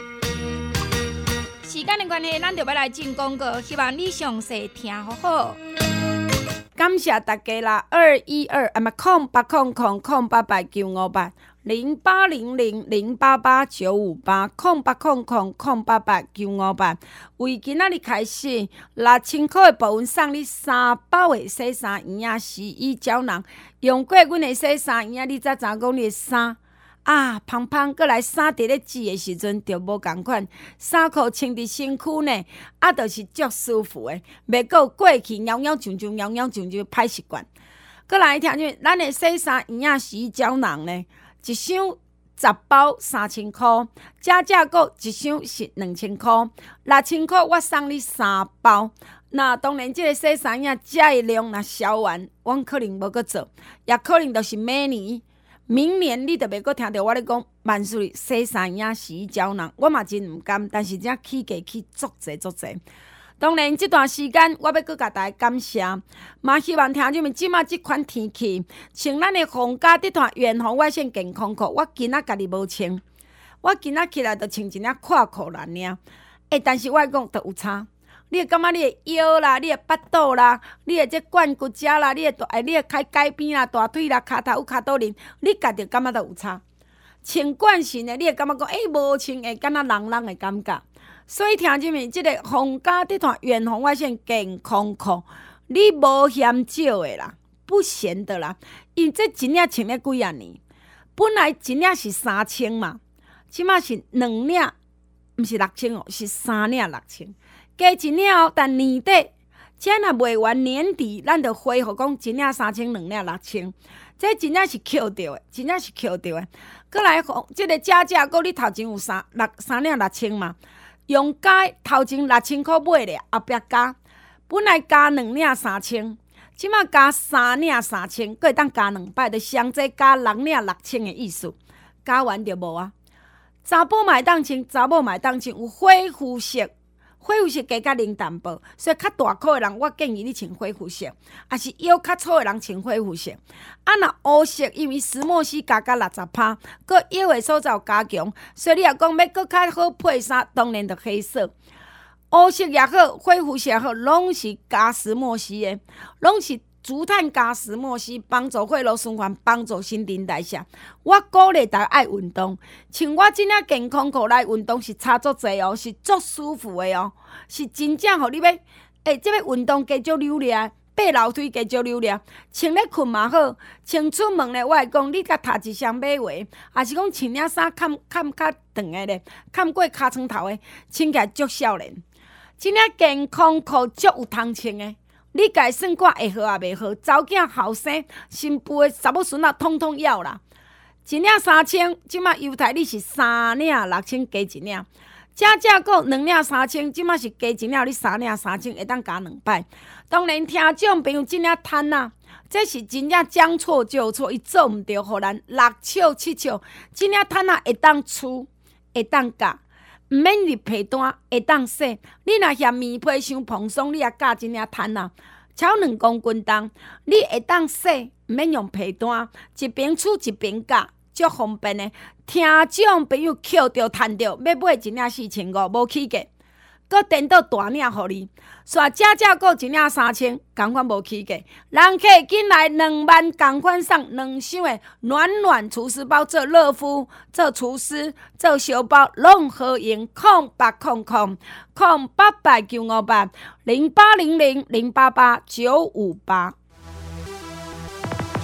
时间的关系，咱就要来进广告，希望你详细听好好。 感谢大家啦！二一二啊，嘛空八空空空八八九五八零八零零零八八九五八空八空空空八八九五八。为今仔日开始，六千块的部分送你三包的洗衫衣啊、洗衣胶囊。用过阮的洗衫衣啊，你才知讲你的衫啊，芳芳，过来衫伫咧洗的时阵就无共款，衫裤穿伫身躯呢，啊，就是足舒服的，袂过过去扭扭上上、扭扭上上歹习惯。过来听见咱的洗衫衣啊、洗衣胶囊呢，一箱十包三千箍，加价购一箱是两千箍，六千箍我送你三包。那当然，即个洗衫衣遮的量若销完，阮可能无搁做，也可能就是明年。明年你就袂阁听到我咧讲万岁洗衫衣、洗衣胶囊，我嘛真毋甘，但是遮起价起足济足济。当然，即段时间我要阁甲大家感谢，嘛希望听众们即马即款天气，穿咱的皇家地毯远红外线健康裤，我今仔家己无穿，我今仔起来就穿一领阔裤啦尔。诶，但是我讲都有差。你会感觉你的腰啦，你的腹肚啦，你的这冠骨遮啦，你的大哎，你的开改边啦、大腿啦、骹头有骹肚仁，你家己感觉都有差。穿惯身的，你会感觉讲，诶、欸，无穿会敢若人人的感觉。所以听见没？这个皇家地毯远红外线健康裤，你无嫌少的啦，不嫌的啦。因为这一领穿了几啊年，本来一领是三千嘛，即马是两领，毋是六千哦，是三领六千。加一领哦，但年底这若卖完年底，咱就恢复讲一领三千，两领六千。这真正是扣着的，真正是扣着的。过来，这个加价购你头前有三六三领六千嘛？用加头前六千块买咧，后壁加，本来加两领三千，即马加三领三千，佫会当加两摆，就相这加六领六千的意思。加完就无啊。查甫嘛会当穿，查某嘛会当穿，有火肤色。火肤色加较冷淡薄，所以较大块的人，我建议你穿火肤色；也是腰较粗的人穿火肤色。啊，若乌色，因为石墨烯加到六十趴，佮腰的所在有加强，所以你若讲要佮较好配衫，当然就黑色。乌色也好，火肤色也好，拢是加石墨烯的，拢是竹炭加石墨烯，帮助血路循环，帮助新陈代谢。我鼓励大家爱运动，穿我这领健康裤来运动是差足济哦，是足舒服的哦，是真正互你要，诶，即要运动加足溜咧，爬楼梯加足溜咧，穿咧困嘛好，穿出门咧，我会讲你甲踏一双马鞋，也是讲穿领衫砍砍较长的咧，砍过尻川头的，穿起来足少年。这领健康裤足有通穿的。你家算看会好也袂好，查某囝、后生、新妇的查某孙仔，统统要啦。一领三千，即马优待你是三领六千加一领，加价购两领三千，即马是加一领，你三领三千会当加两摆。当然，听众朋友即领趁啊，这是真正将错就错，伊做毋对，互咱六笑七笑。即领趁啊会当出，会当夹。毋免入被单，会当洗。你若嫌棉被伤蓬松，你也加一领毯啊，超两公斤重，你会当洗，毋免用被单，一边取一边夹，足方便的。听众朋友捡着趁着，要买一领四千五，无起价，搁颠倒大领互你，煞加价购一领三千，同款无起价。人客紧来两万，同款送两箱的暖暖厨师包，做热敷、做厨师、做小包，拢好用。空八空空空八八九五八零八零零零八八九五八。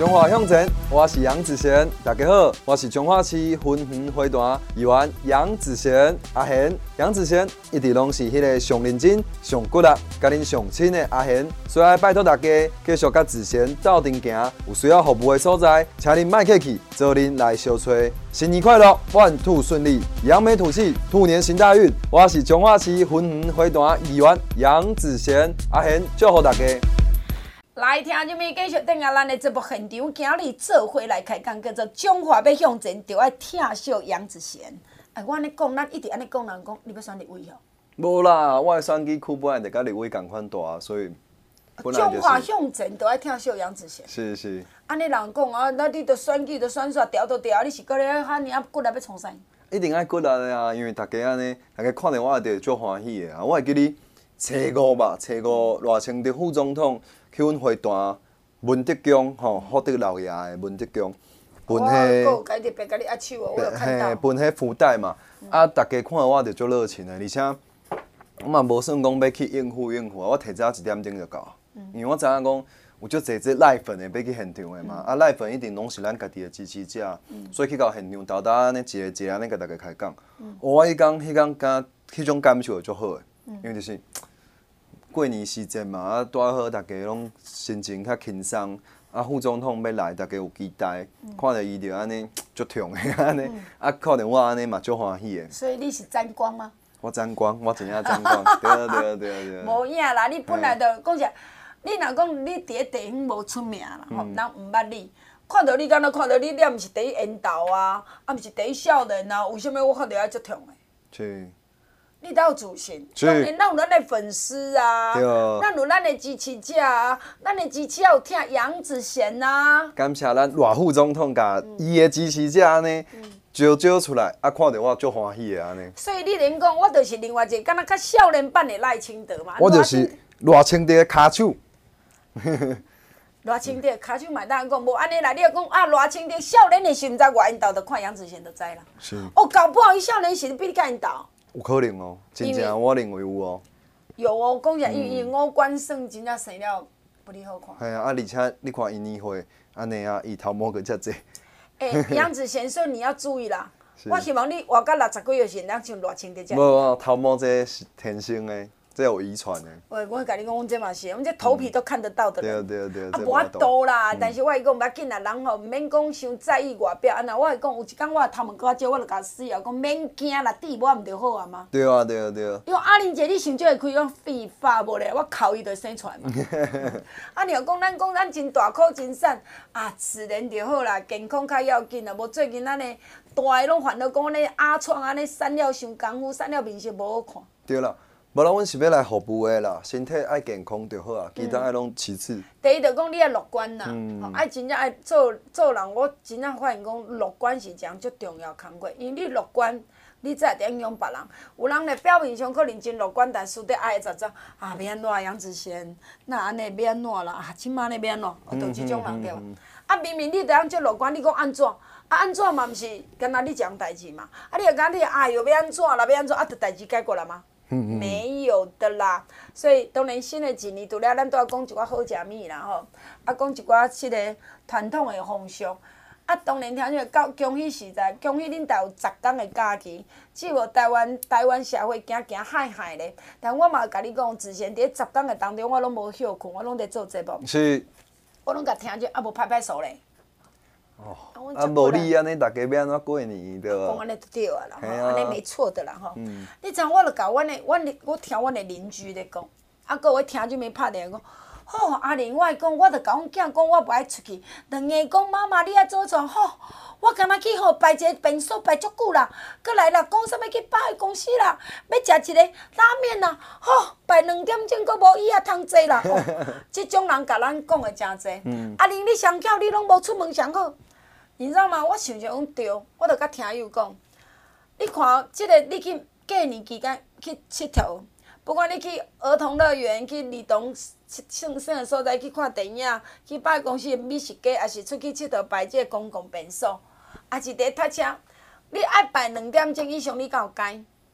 中华向前，我是杨子贤，大家好，我是中华市云园花坛议员杨子贤阿贤。杨子贤一直拢是迄个上认真、上骨力、甲恁上亲的阿贤，所以拜托大家继续甲子贤斗阵行，有需要服务的所在，请恁莫客气，找恁来相找。新年快乐，万兔顺利，扬眉吐气，兔年行大运。我是中华市云园花坛议员杨子贤阿贤，祝福大家。 来听什么？继续等下咱的节目现场，今日做伙来开讲，叫做中华要向前，就要疼惜杨子贤。哎，我安尼讲，咱一直安尼讲，人讲你要选立委哦。 无啦，我的选举区本来就甲立委共款大，所以本来就是。 中华向前，就要疼惜杨子贤。 是是。 安尼人讲啊，那你着选举着选煞调着调，你是搁咧喊尔骨力要创啥？ 一定爱骨力的啊，因为大家安尼，大家看到我就足欢喜的啊。我会记你初五吧，初五赖清德副总统。去阮花坛文德宫吼，福德老爷的文德宫，分迄， 我家己别甲你握手哦，我有看到。 嘿，分迄福袋嘛，啊，大家看我就足热情的，而且我嘛无算讲要去应付应付啊，我提早一点钟就到，因为我知影讲有足侪这赖粉的要去现场的嘛，啊，赖粉一定拢是咱家己的支持者，所以去到现场豆豆安尼一个一个安尼甲大家开讲，我迄工迄工感迄种感受足好的，因为就是。过年时节嘛，啊，拄好大家拢心情较轻松，啊，副总统要来，大家有期待，嗯、看到伊就安尼足痛的安尼，嗯、啊，看到我安尼嘛足欢喜的。 所以你是沾光吗？ 我沾光，我真正沾光，对啊对啊对啊对啊。 无影啦，你本来就讲啥，你若讲你伫咧地方无出名啦，吼、嗯，人毋捌你，看到你敢若看到你，你也毋是第一缘投啊，啊，毋是第一少年啊，为什么我看到遐足痛的？ 是。 你都有自信，当然咱有咱的粉丝啊，咱有咱的支持者啊，咱的支持者有听杨子贤啊。 感谢咱赖副总统甲伊的支持者安尼招招出来，啊，看到我足欢喜的安尼。 所以你连讲，我就是另外一个敢若较少年版的赖清德嘛。 我就是赖清德的骹手。 赖清德骹手嘛，当然讲无安尼啦。你要讲啊，赖清德少年的时毋知外因斗，就看杨子贤就知啦。 是。 哦，搞不好伊少年时比你较因斗。 有可能哦，真正我认为有哦。 有哦，讲起来，因为五官算真正生了不哩好看。 系啊，啊而且你看伊年岁安尼啊，伊头毛个遮济。 诶，杨子贤说你要注意啦，我希望你活到六十几岁时，咱像赖清德这样。 无啊，头毛这是天生的，这有遗传的。 喂，我甲你讲，阮这嘛是，阮这头皮都看得到的人。 对对对。 啊，无法度啦，但是我会讲，不要紧啦，人吼毋免讲伤在意外表，安那我会讲，有一天我头毛搁较少，我就甲死啊，讲免惊啦，底抹毋就好啊嘛。 对啊对啊对啊。 因为阿玲姐，你想少会开讲废话无咧，我哭伊就生出来嘛。啊，你若讲咱讲咱真大苦真瘦，啊，自然就好啦，健康较要紧啦。无最近咱的大个拢烦恼讲安尼压疮安尼散了伤功夫，散了面色无好看。 对啦。无啦，阮是要来服务的啦，身体爱健康就好啊，其他爱拢其次。 第一就讲你爱乐观啦，吼，爱真正爱做做人，我真正发现讲乐观是一项足重要工作，因为你乐观，你才会影响别人。有人咧表面上可能真乐观，但私底爱杂杂啊，要安怎杨子贤，那安尼要安怎啦？啊，即摆安尼要安怎？就即种人对吧？啊，明明你着通足乐观，你讲安怎？啊，安怎嘛毋是干那你一项代志嘛？啊，你若讲你哎哟要安怎啦？要安怎？啊，着代志解决了吗？没有的啦，所以当然新的一年除了咱都要讲一寡好食物啦吼，啊讲一寡即个传统的风俗，啊当然听说到恭喜实在，恭喜恁家有十天的假期，只无台湾台湾社会行行害害咧，但我嘛甲你讲，之前伫十天的当中，我拢无休困，我拢伫做节目， 是， 我拢甲听着，啊无拍拍手咧。 哦，啊，无你安尼，大家要安怎过年对吧？ 讲安尼就对啊啦，吼，安尼没错的啦，吼。你知影我著甲阮的，阮的，我听阮的邻居咧讲，啊，搁有听这边拍电话讲，吼，阿玲，我会讲，我著甲阮囝讲，我无爱出去，两个讲妈妈你爱做创，吼，我干那去吼摆一个便所摆足久啦，搁来啦，讲啥物去百货公司啦，要食一个拉面啦，吼，摆两点钟搁无椅仔通坐啦，吼，即种人甲咱讲的真济。阿玲，你上巧，你拢无出门上好。你知道吗？我想着讲对，我著甲听友讲，你看即个你去过年期间去佚佗，不管你去儿童乐园、去儿童耍耍的所在去看电影、去百货公司的美食街，还是出去佚佗摆即个公共便所，还是伫搭车，你爱摆两点钟以上，你敢有该？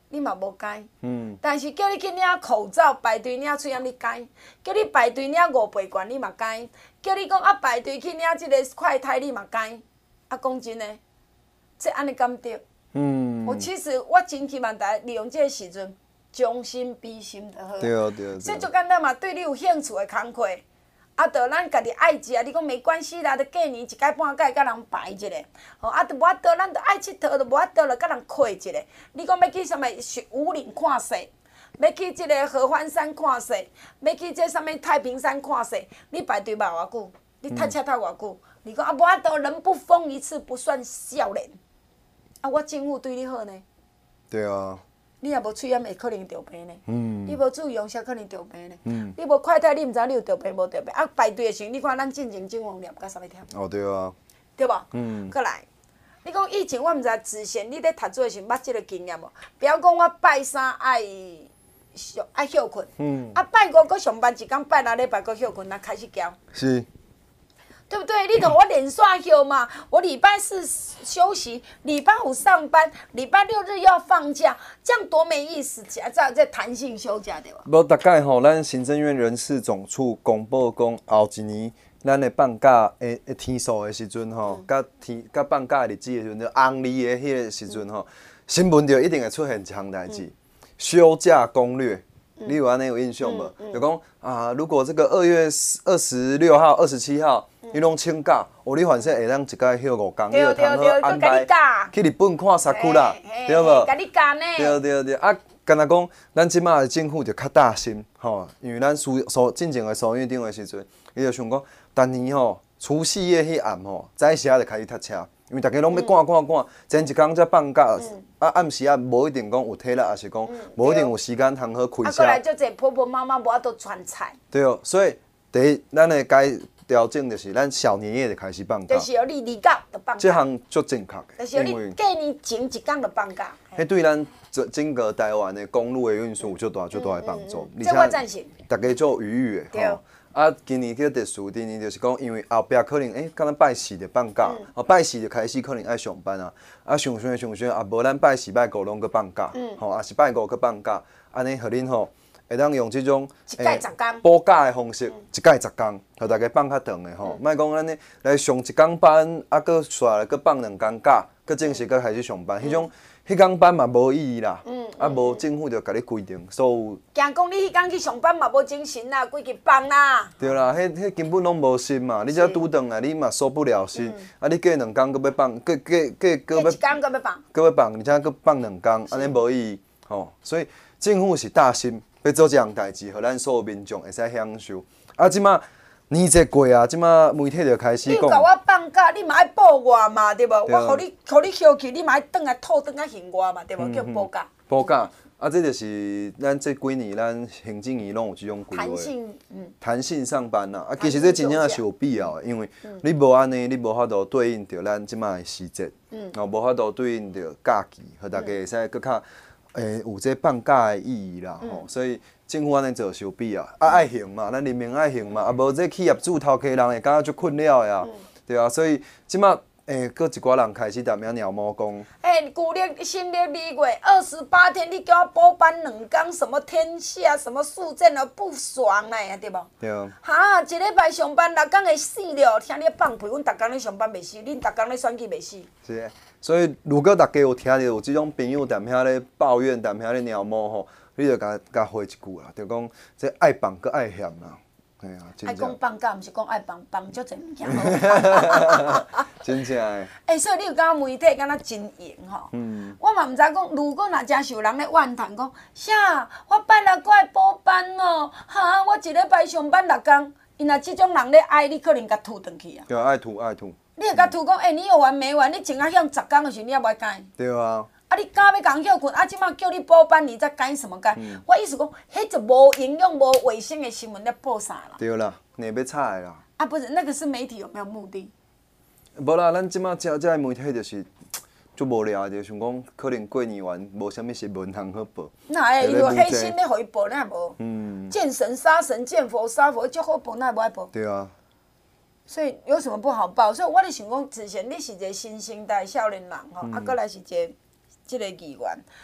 你嘛无改。 嗯。 但是叫你去领口罩排队领喙烟，你改；叫你排队领五倍券，你嘛改；叫你讲啊排队去领即个快筛，你嘛改。啊，讲真诶，这安尼敢对？嗯。我其实我真希望大家利用这个时阵，将心比心就好。 对对对。 这足简单嘛，对你有兴趣诶工课。啊，着咱家己爱食啊！你讲没关系啦，着过年一摆半摆甲人排一下，吼啊，着无法度，咱着爱佚佗，着无法度了，甲人客一下。你讲要去啥物五岭看雪，要去即个合欢山看雪，要去这啥物太平山看雪，你排队排偌久？你搭车搭偌久？你讲啊，无法度，人不疯一次不算少年。啊，我政府对你好呢。 对啊。 你若无喙炎，会可能着病呢。 嗯。 你无注意用，才可能着病呢。嗯。你无快筛，你毋知你有着病无着病。啊，排队的时候，你看咱进前政府念甲啥物忝？ 哦，对啊。 对无？ 嗯。 过来，你讲以前我毋知之前你咧读书的时候捌即个经验无？比如讲我拜三爱上爱休困。嗯。啊，拜五搁上班一天，拜六礼拜搁休困，才开始交。 是。 对不对？你同我连刷休嘛？我礼拜四休息，礼拜五上班，礼拜六日要放假，这样多没意思！这这这弹性休假对吧？ 无大概吼，咱行政院人事总处公布讲，后一年咱的放假的的天数的时阵吼，甲天甲放假的日子的时阵，就红历的迄个时阵吼，新闻就一定会出现一项代志，休假攻略。你有安尼有印象无？就讲啊，如果这个二月二十六号、二十七号，你拢请假，哦，你反正会当一届休五天，你就通好安排去日本看萨库拉，对无？ 甲你教呢？ 对对对，啊，干那讲，咱即马的政府就较大心，吼，因为咱苏苏进前的苏院长的时阵，伊就想讲，逐年吼除夕夜迄暗吼，早时啊就开始塞车。因为大家拢要赶赶赶，前一工才放假，嗯、啊暗时啊无一定讲有体力，也是讲无、嗯、一定有时间通好开车。啊， 过来就这婆婆妈妈无法度传菜。 对哦，所以第一，咱的该调整就是咱小年夜就开始放假。 就是由你二九就放假。 这项足正确的。 就是由你过年前一天就放假。 迄对咱整整个台湾的公路的运输有足大足大的帮助。 嗯嗯、这我赞成。 大家做余裕的吼。啊，今年叫特殊，今年就是讲，因为后壁可能，诶，敢若拜四就放假，哦、嗯，拜四就开始可能爱上班啊，啊，上上上上，啊，无咱拜四拜五拢搁放假，嗯，吼，啊是拜五搁放假，安尼，互恁吼会当用即种诶补假的方式，一届十天，互大家放较长的吼，莫讲安尼来上一天班，啊，搁煞来搁放两天假，搁正式搁开始上班，迄、嗯、种。迄天班嘛无意义啦，嗯嗯、啊无政府就甲你规定，所有。 惊讲你迄天去上班嘛无精神啦，规日放啦。 对啦，迄迄根本拢无心嘛，你只拄顿来，你嘛受不了心，嗯、啊你过两工搁要放，过过过过一天搁要放， 搁要放，而且搁放两工，安尼无意义吼。所以政府是大心要做这样代志，互咱所有民众会使享受。啊，即马。年节过啊，即马媒体就开始讲。 你甲我放假，你嘛爱补我嘛，对无？我互你，互你休息，你嘛爱转来吐，转来还我嘛，对无？叫补假。 补假，啊，这就是咱这几年咱行政院拢有即种规划。 弹性，嗯。 弹性上班啦，啊，其实这真正是有必要的，因为你无安尼，你无法度对应着咱即马的时节，嗯，哦，无法度对应着假期，互大家会使搁较，诶，有这放假的意义啦，吼，所以。政府安尼做是有必要，啊爱行嘛，咱人民爱行嘛，啊无这企业主头家人会感觉足困扰呀，嗯、对啊，所以即马诶，搁、欸、一寡人开始踮遐鸟毛讲， 诶、欸，旧历新历二月二十八天，你叫我补班两工，什么天下，什么速战了，不爽嘞，对无？ 对啊。 哈，一礼拜上班六工会死了，听你放屁，阮逐工咧上班袂死，恁逐工咧选举袂死。 是，所以如果大家有听到有即种朋友踮遐咧抱怨，踮遐咧鸟毛吼。你就甲甲回一句啦，就讲这爱放搁爱嫌啦，哎呀，真正。爱讲放假，毋是讲爱放，放足侪物件。 真正诶。 诶，所以你有感觉媒体敢若真闲吼？嗯。我嘛毋知讲，如果若真是有人咧怨叹讲，啥？我拜六搁爱补班哦，哈！我一礼拜上班六工，伊若即种人咧爱，你可能甲吐转去啊。 对，爱吐爱吐。 你会甲吐讲，诶，你有完没完？你前啊向十工的时候，你也无爱改。 对啊。 啊！你敢要共休困？啊！即马叫你补班，你再改什么改？嗯、我意思讲，迄就无营养、无卫生的新闻咧报啥啦？ 对啦，你要菜啦。 啊，不是，那个是媒体有没有目的？ 无啦，咱即马遮遮媒体就是足无聊，就想讲可能过年完无啥物新闻通好报。 那会伊有黑心咧，互伊报，那无。嗯。见神杀神，见佛杀佛，足好报，那无爱报。 对啊。 所以有什么不好报？所以我咧想讲，之前你是一个新生代少年人吼，嗯、啊，过来是一个。即个议员，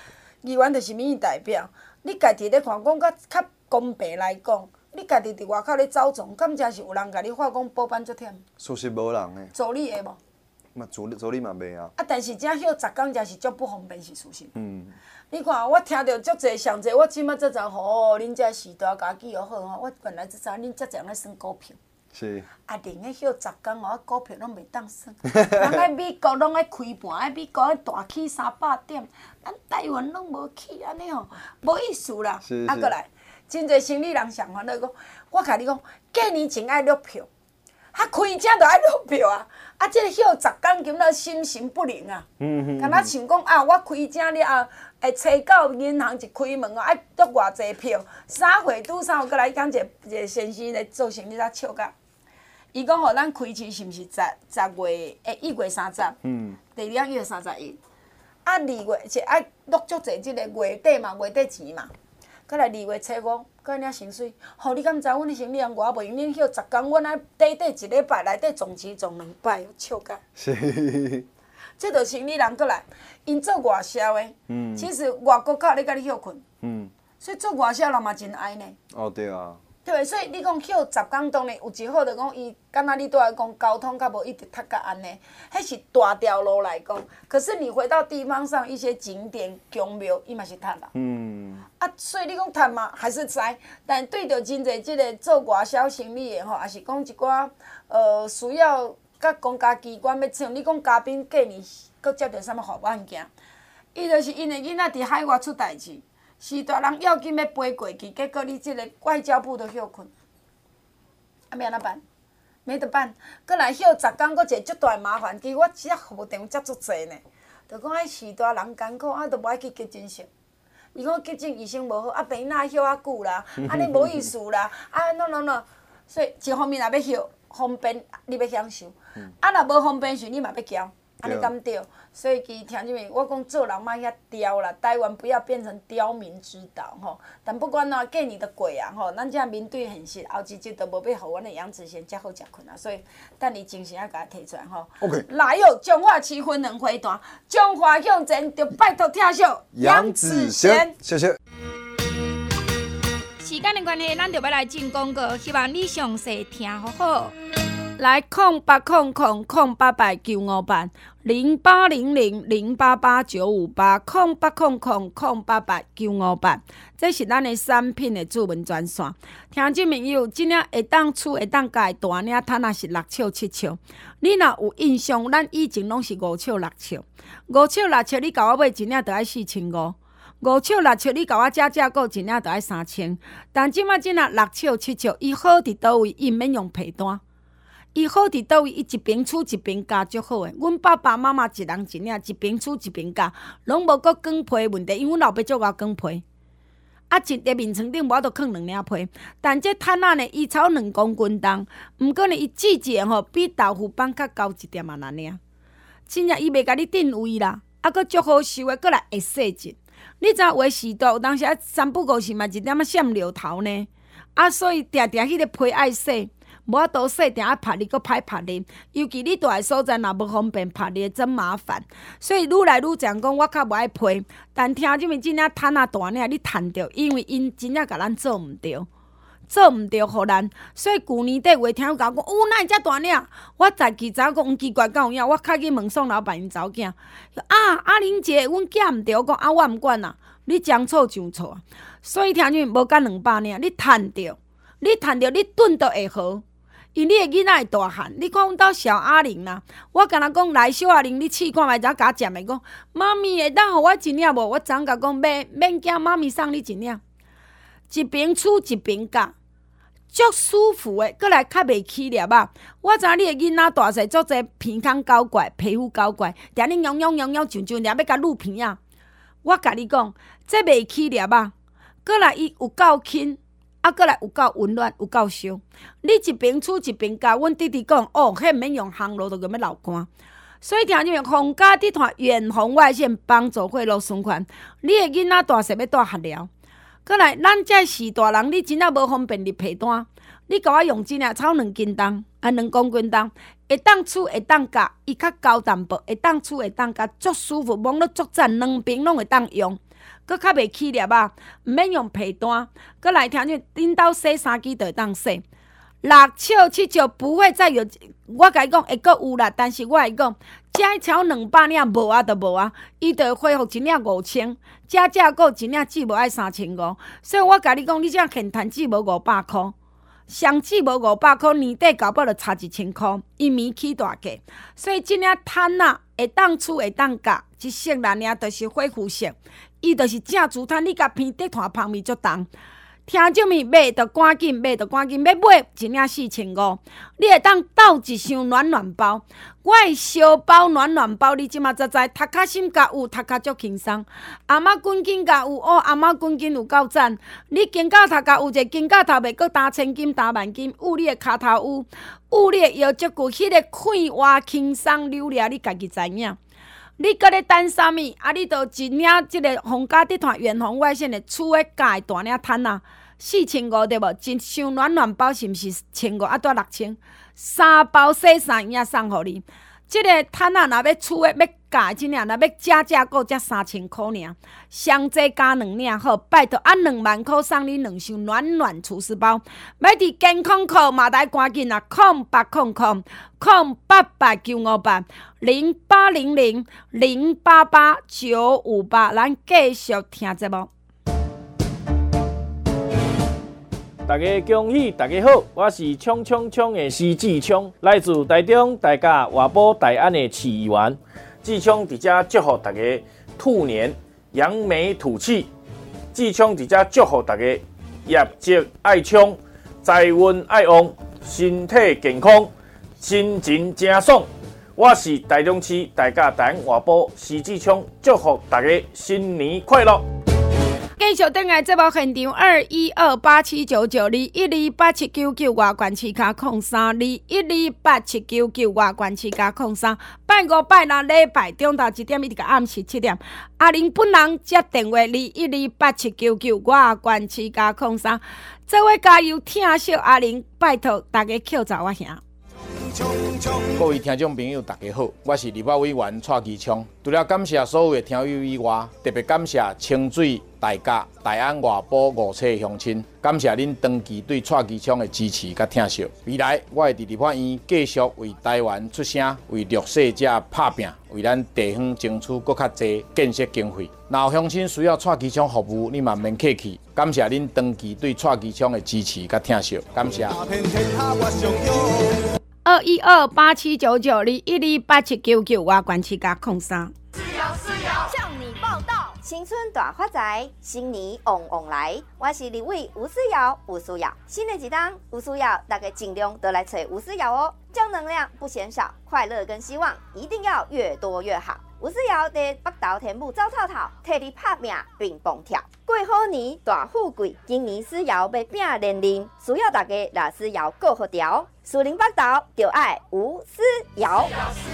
议员就是民意代表，你家己咧看，讲较较公平来讲，你家己伫外口咧走总，敢真是有人甲你话讲报班足忝？ 属实无人诶， 助理会无？ 嘛助理助理嘛袂啊。 啊，但是正休十工真是足不方便是事实。 嗯。 你看，我听到足侪上侪，我即摆才知吼，恁遮时代家己又好吼，我本来只知恁遮侪咧算股票。 是。 啊，另个休十工哦，股票拢袂当算，人喺美国拢爱开盘，喺美国爱大起三百点，咱台湾拢无起，安尼吼，无意思啦。 是是。 啊，过来，真侪生理人上烦恼讲，我甲你讲，过年前爱录票，啊开正就爱录票啊，啊，即个休十工今仔心神不宁啊。嗯嗯。敢若像讲啊，我开正了后，会找到银行一开门哦，爱录偌济票，啥会拄上，过来讲一个一个先生咧做生意，才笑甲。伊讲吼，咱开市是毋是十十月诶一月三十？嗯。第二日一月三十一。啊，二月是爱录足济，即个月底嘛，月底钱嘛。过来二月初五，搁领薪水。吼，你敢知阮的生理人偌袂用？恁休十工，阮爱短短一礼拜内底撞钱撞两摆，笑甲。 是。 即著生理人过来，因做外销的。嗯。其实外国较咧甲你休困。嗯。所以做外销人嘛真爱呢。 哦，对啊。 对，所以你讲休十工当然有一好，就讲伊敢若你拄仔讲交通较无一直塞甲安尼，迄是大条路来讲。可是你回到地方上一些景点、宫庙，伊嘛是趁啦。嗯。啊，所以你讲趁嘛还是知，但对着真侪即个做外销生意的吼，也是讲一寡呃需要甲公家机关要像你讲嘉宾过年，搁接到啥物好案件，伊就是因的囡仔伫海外出代志。是大人要紧要飞过去，结果你即个外交部都休困，啊，要安怎办？没得办，搁来休十工，搁一个足大麻烦。其实我只服务电话接足济呢，就讲迄时代人艰苦，啊，都无爱去急诊室。伊讲急诊医生无好，啊，病哪休啊久啦，安尼无意思啦，啊，no no no。所以一方面若要休方便，你要享受；啊，若无方便时，你嘛要交。安尼敢对？所以其实听见没？我讲做人莫遐刁啦，台湾不要变成刁民之岛吼。但不管哪过年都过啊吼，咱这面对现实，后一集都无要互阮的杨子贤才好食困啊。所以等伊精神啊，甲摕出来吼。 OK。 来哟，中华七分两回弹，中华向前就拜托听秀杨子贤，谢谢。 时间的关系，咱就要来进广告，希望你详细听好好。 来空八空空空八八九五八零八零零零八八九五八空八空空空八八九五八，这是咱的产品的主文专线。听众朋友，真正会当厝会当家大领，摊也是六尺七尺。你若有印象，咱以前拢是五尺六尺，五尺六尺你甲我买一领就爱四千五。五尺六尺，你甲我加价购一领就爱三千。但即马真啊六尺七尺，伊好伫倒位，伊毋免用皮单。伊好伫倒位，伊一边厝一边加足好诶。阮爸爸妈妈一人一领，一边厝一边加，拢无搁光皮问题，因为阮老爸足爱光皮。啊，一个面床顶无法度放两领皮，但这摊仔呢，伊超两公斤重，毋过呢，伊季节吼比豆腐棒较高一点啊，安尼啊。真正伊袂甲你定位啦，啊，搁足好收诶，搁来会细节。你知影有诶时代，有当时啊三不五时嘛一点仔闪流头呢，啊，所以定定迄个皮爱洗。无法度洗，定爱拍你，搁歹拍你。尤其你住诶所在，若无方便拍你，真麻烦。所以愈来愈讲讲，我较无爱批。但听即面真正摊啊大领，你趁着，因为因真正甲咱做毋着，做毋着，互咱。所以旧年底话听有甲我讲，哦，哪会遮大领？我早期早讲，毋奇怪，敢有影？我较去问宋老板因查某囝，啊，阿玲姐，阮囝毋对，我讲啊，我毋管啦，你将错就错啊。所以听即面无干两百领，你趁着，你趁着，你炖都会好。因你的囡仔会大汉，你看阮兜小阿玲啦，我敢若讲来小阿玲，你试看觅，才甲我食的讲，妈咪会当互我一领无？我昨甲讲免免惊，妈咪送你一领，一边厝一边夹，足舒服的，搁来较袂起粒啊！我知你的囡仔大细足侪鼻孔搞怪，皮肤搞怪，定你痒痒痒痒上上，定要甲撸鼻啊！我甲你讲，这袂起粒啊！搁来伊有够轻。啊，过来有够温暖，有够烧。你一边厝一边夹，阮弟弟讲，哦，迄毋免用烘炉，就咁要流汗。所以听见没？皇家集团远红外线帮助血路循环。你的囡仔大细要带合疗。过来，咱这是大人，你真正无方便入皮单，你甲我用真领超两斤重，啊两公斤重，会当厝会当夹，伊较高淡薄，会当厝会当夹，足舒服，摸了足赞，两边拢会当用。 搁较袂起粒啊，毋免用被单，搁来听见恁兜洗衫机就会当洗。六笑七笑不会再有，我甲伊讲会阁有啦，但是我会讲，加一条两百领无啊就无啊，伊就会恢复一领五千，加价购一领只无爱三千五，所以我甲你讲，你这现赚只无五百箍，上只无五百箍，年底搞不好就差一千箍，伊免起大价，所以即领摊啊会当出会当夹，一色蓝领就是恢复色，伊就是正珠摊，你甲偏底摊旁边足重。听众们买就赶紧买就赶紧要买一领四千五，你会当斗一箱暖暖包。我的小包暖暖包，你即马才知，读卡心甲有，读卡足轻松。阿妈滚筋甲有哦，阿妈滚筋有够赞。你肩胛头甲有者肩胛头袂阁打千金打万金，有你的骹头有，有你的腰足骨，迄、那个快活轻松流利，你家己知影。你搁咧等啥物？啊，你著一领即个皇家地毯远红外线的厝诶价大领摊啊，四千五对无？一箱暖暖包是毋是千五？啊，多六千，三包洗衫衣送互你。即个摊啊，若要厝诶要价即领，若要加价购才三千箍尔，上济加两领好，拜托啊，两万箍送你两箱暖暖厨师包。要伫健康课嘛，来赶紧啊，空八空空空八八九五八零八零零零八八九五八，咱继续听节目。 大家恭喜，大家好，我是冲冲冲的施志聪，来自台中大甲外埔大安的市议员。志聪伫遮祝福大家兔年扬眉吐气，志聪伫遮祝福大家业绩爱冲，财运爱旺，身体健康，心情正爽。我是台中市大甲大安外埔施志聪，祝福大家新年快乐。 继续登来节目现场，二一二八七九九二一二八七九九外关市卡空三二一二八七九九外关市卡空三，拜五拜六礼拜中昼一点一直到暗时七点，阿玲本人接电话二一二八七九九外关市卡空三，做伙加油听小阿玲，拜托大家扣查我兄。 各位听众朋友，大家好，我是立法委员蔡其昌。除了感谢所有的听友以外，特别感谢清水、大甲、大安外埔五车乡亲，感谢恁长期对蔡其昌的支持甲疼惜。未来我会伫立法院继续为台湾出声，为弱势者拍拼，为咱地方争取更较侪建设经费。若有乡亲需要蔡其昌服务，你嘛免客气。感谢恁长期对蔡其昌的支持甲疼惜，感谢。 二一二八七九九二一二八七九九外关市加空三。 向你报道，新春大发财，新年旺旺来。我是立委吴思瑶，吴思瑶。新的一档吴思瑶，大家尽量都来找吴思瑶哦。正能量不嫌少，快乐跟希望一定要越多越好。吴思瑶在北投天母走透透，替你拍拼并蹦跳。过好年大富贵，今年思瑶要拼连连，需要大家来思瑶过好调。树林北投就爱吴思瑶。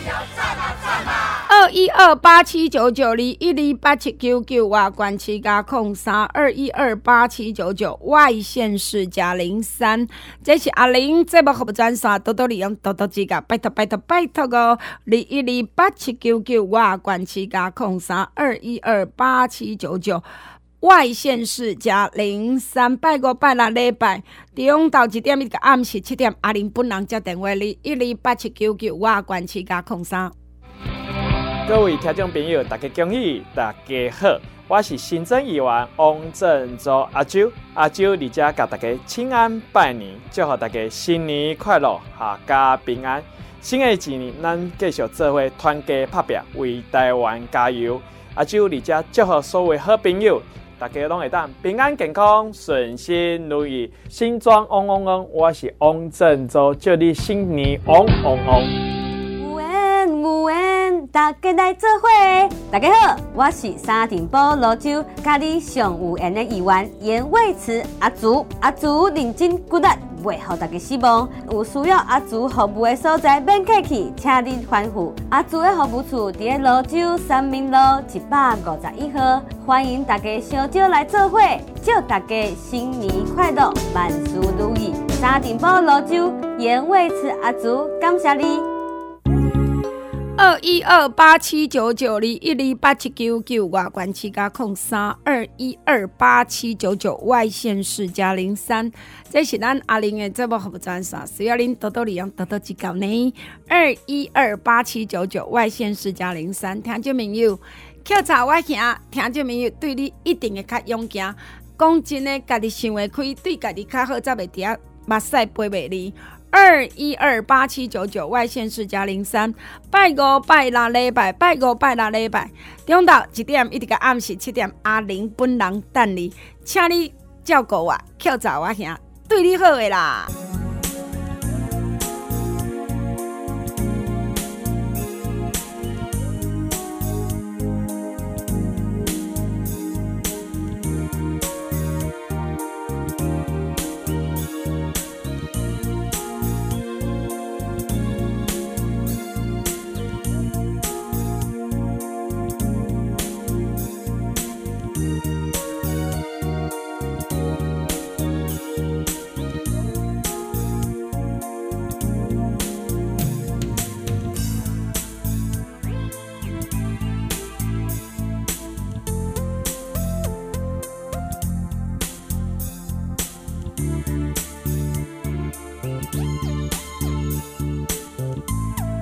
二一二八七九九二一二八七九九外关市加空三二一二八七九九外县市加零三，这是阿玲节目服务专线，多多利用，多多指教，拜托拜托拜托哦！二一二八七九九外关市加空三二一二八七九九。外县市加零三拜五拜六礼拜，中昼一点一直到暗时七点，阿玲本人接电话二一二八七九九外关市加空三。 各位听众朋友，大家恭喜，大家好，我是新增议员王振洲阿周，阿周伫遮甲大家请安拜年，祝福大家新年快乐，阖家平安。新的一年，咱继续做伙团结拍拼，为台湾加油。阿周伫遮祝福所有好朋友。大家拢会当平安健康、顺心如意、新装旺旺旺。我是王振洲，祝你新年旺旺旺。 有缘有缘，大家来做伙。大家好，我是沙尘暴罗州，甲你上有缘的议员严伟慈阿竹。阿竹认真骨力，袂互大家失望。有需要阿竹服务的所在，免客气，请你吩咐。阿竹的服务处伫咧罗州三民路一百五十一号，欢迎大家相招来做伙，祝大家新年快乐，万事如意。沙尘暴罗州严伟慈阿竹，感谢你。 二一二八七九九二一二八七九九外关七加空三二一二八七九九外县市加零三，这是咱阿玲的节目服务专线，需要您多多利用，多多指教呢。二一二八七九九外县市加零三，听众朋友，口罩我行，听众朋友对你一定会较勇行。讲真的，家己想会开，对家己较好，才袂伫啊目屎飞袂离。二一二八七九九外县市加零三，拜五拜六礼拜，拜五拜六礼拜，中昼一点一直到暗时七点，阿玲本人等你，请你照顾我，口罩我兄，对你好的啦。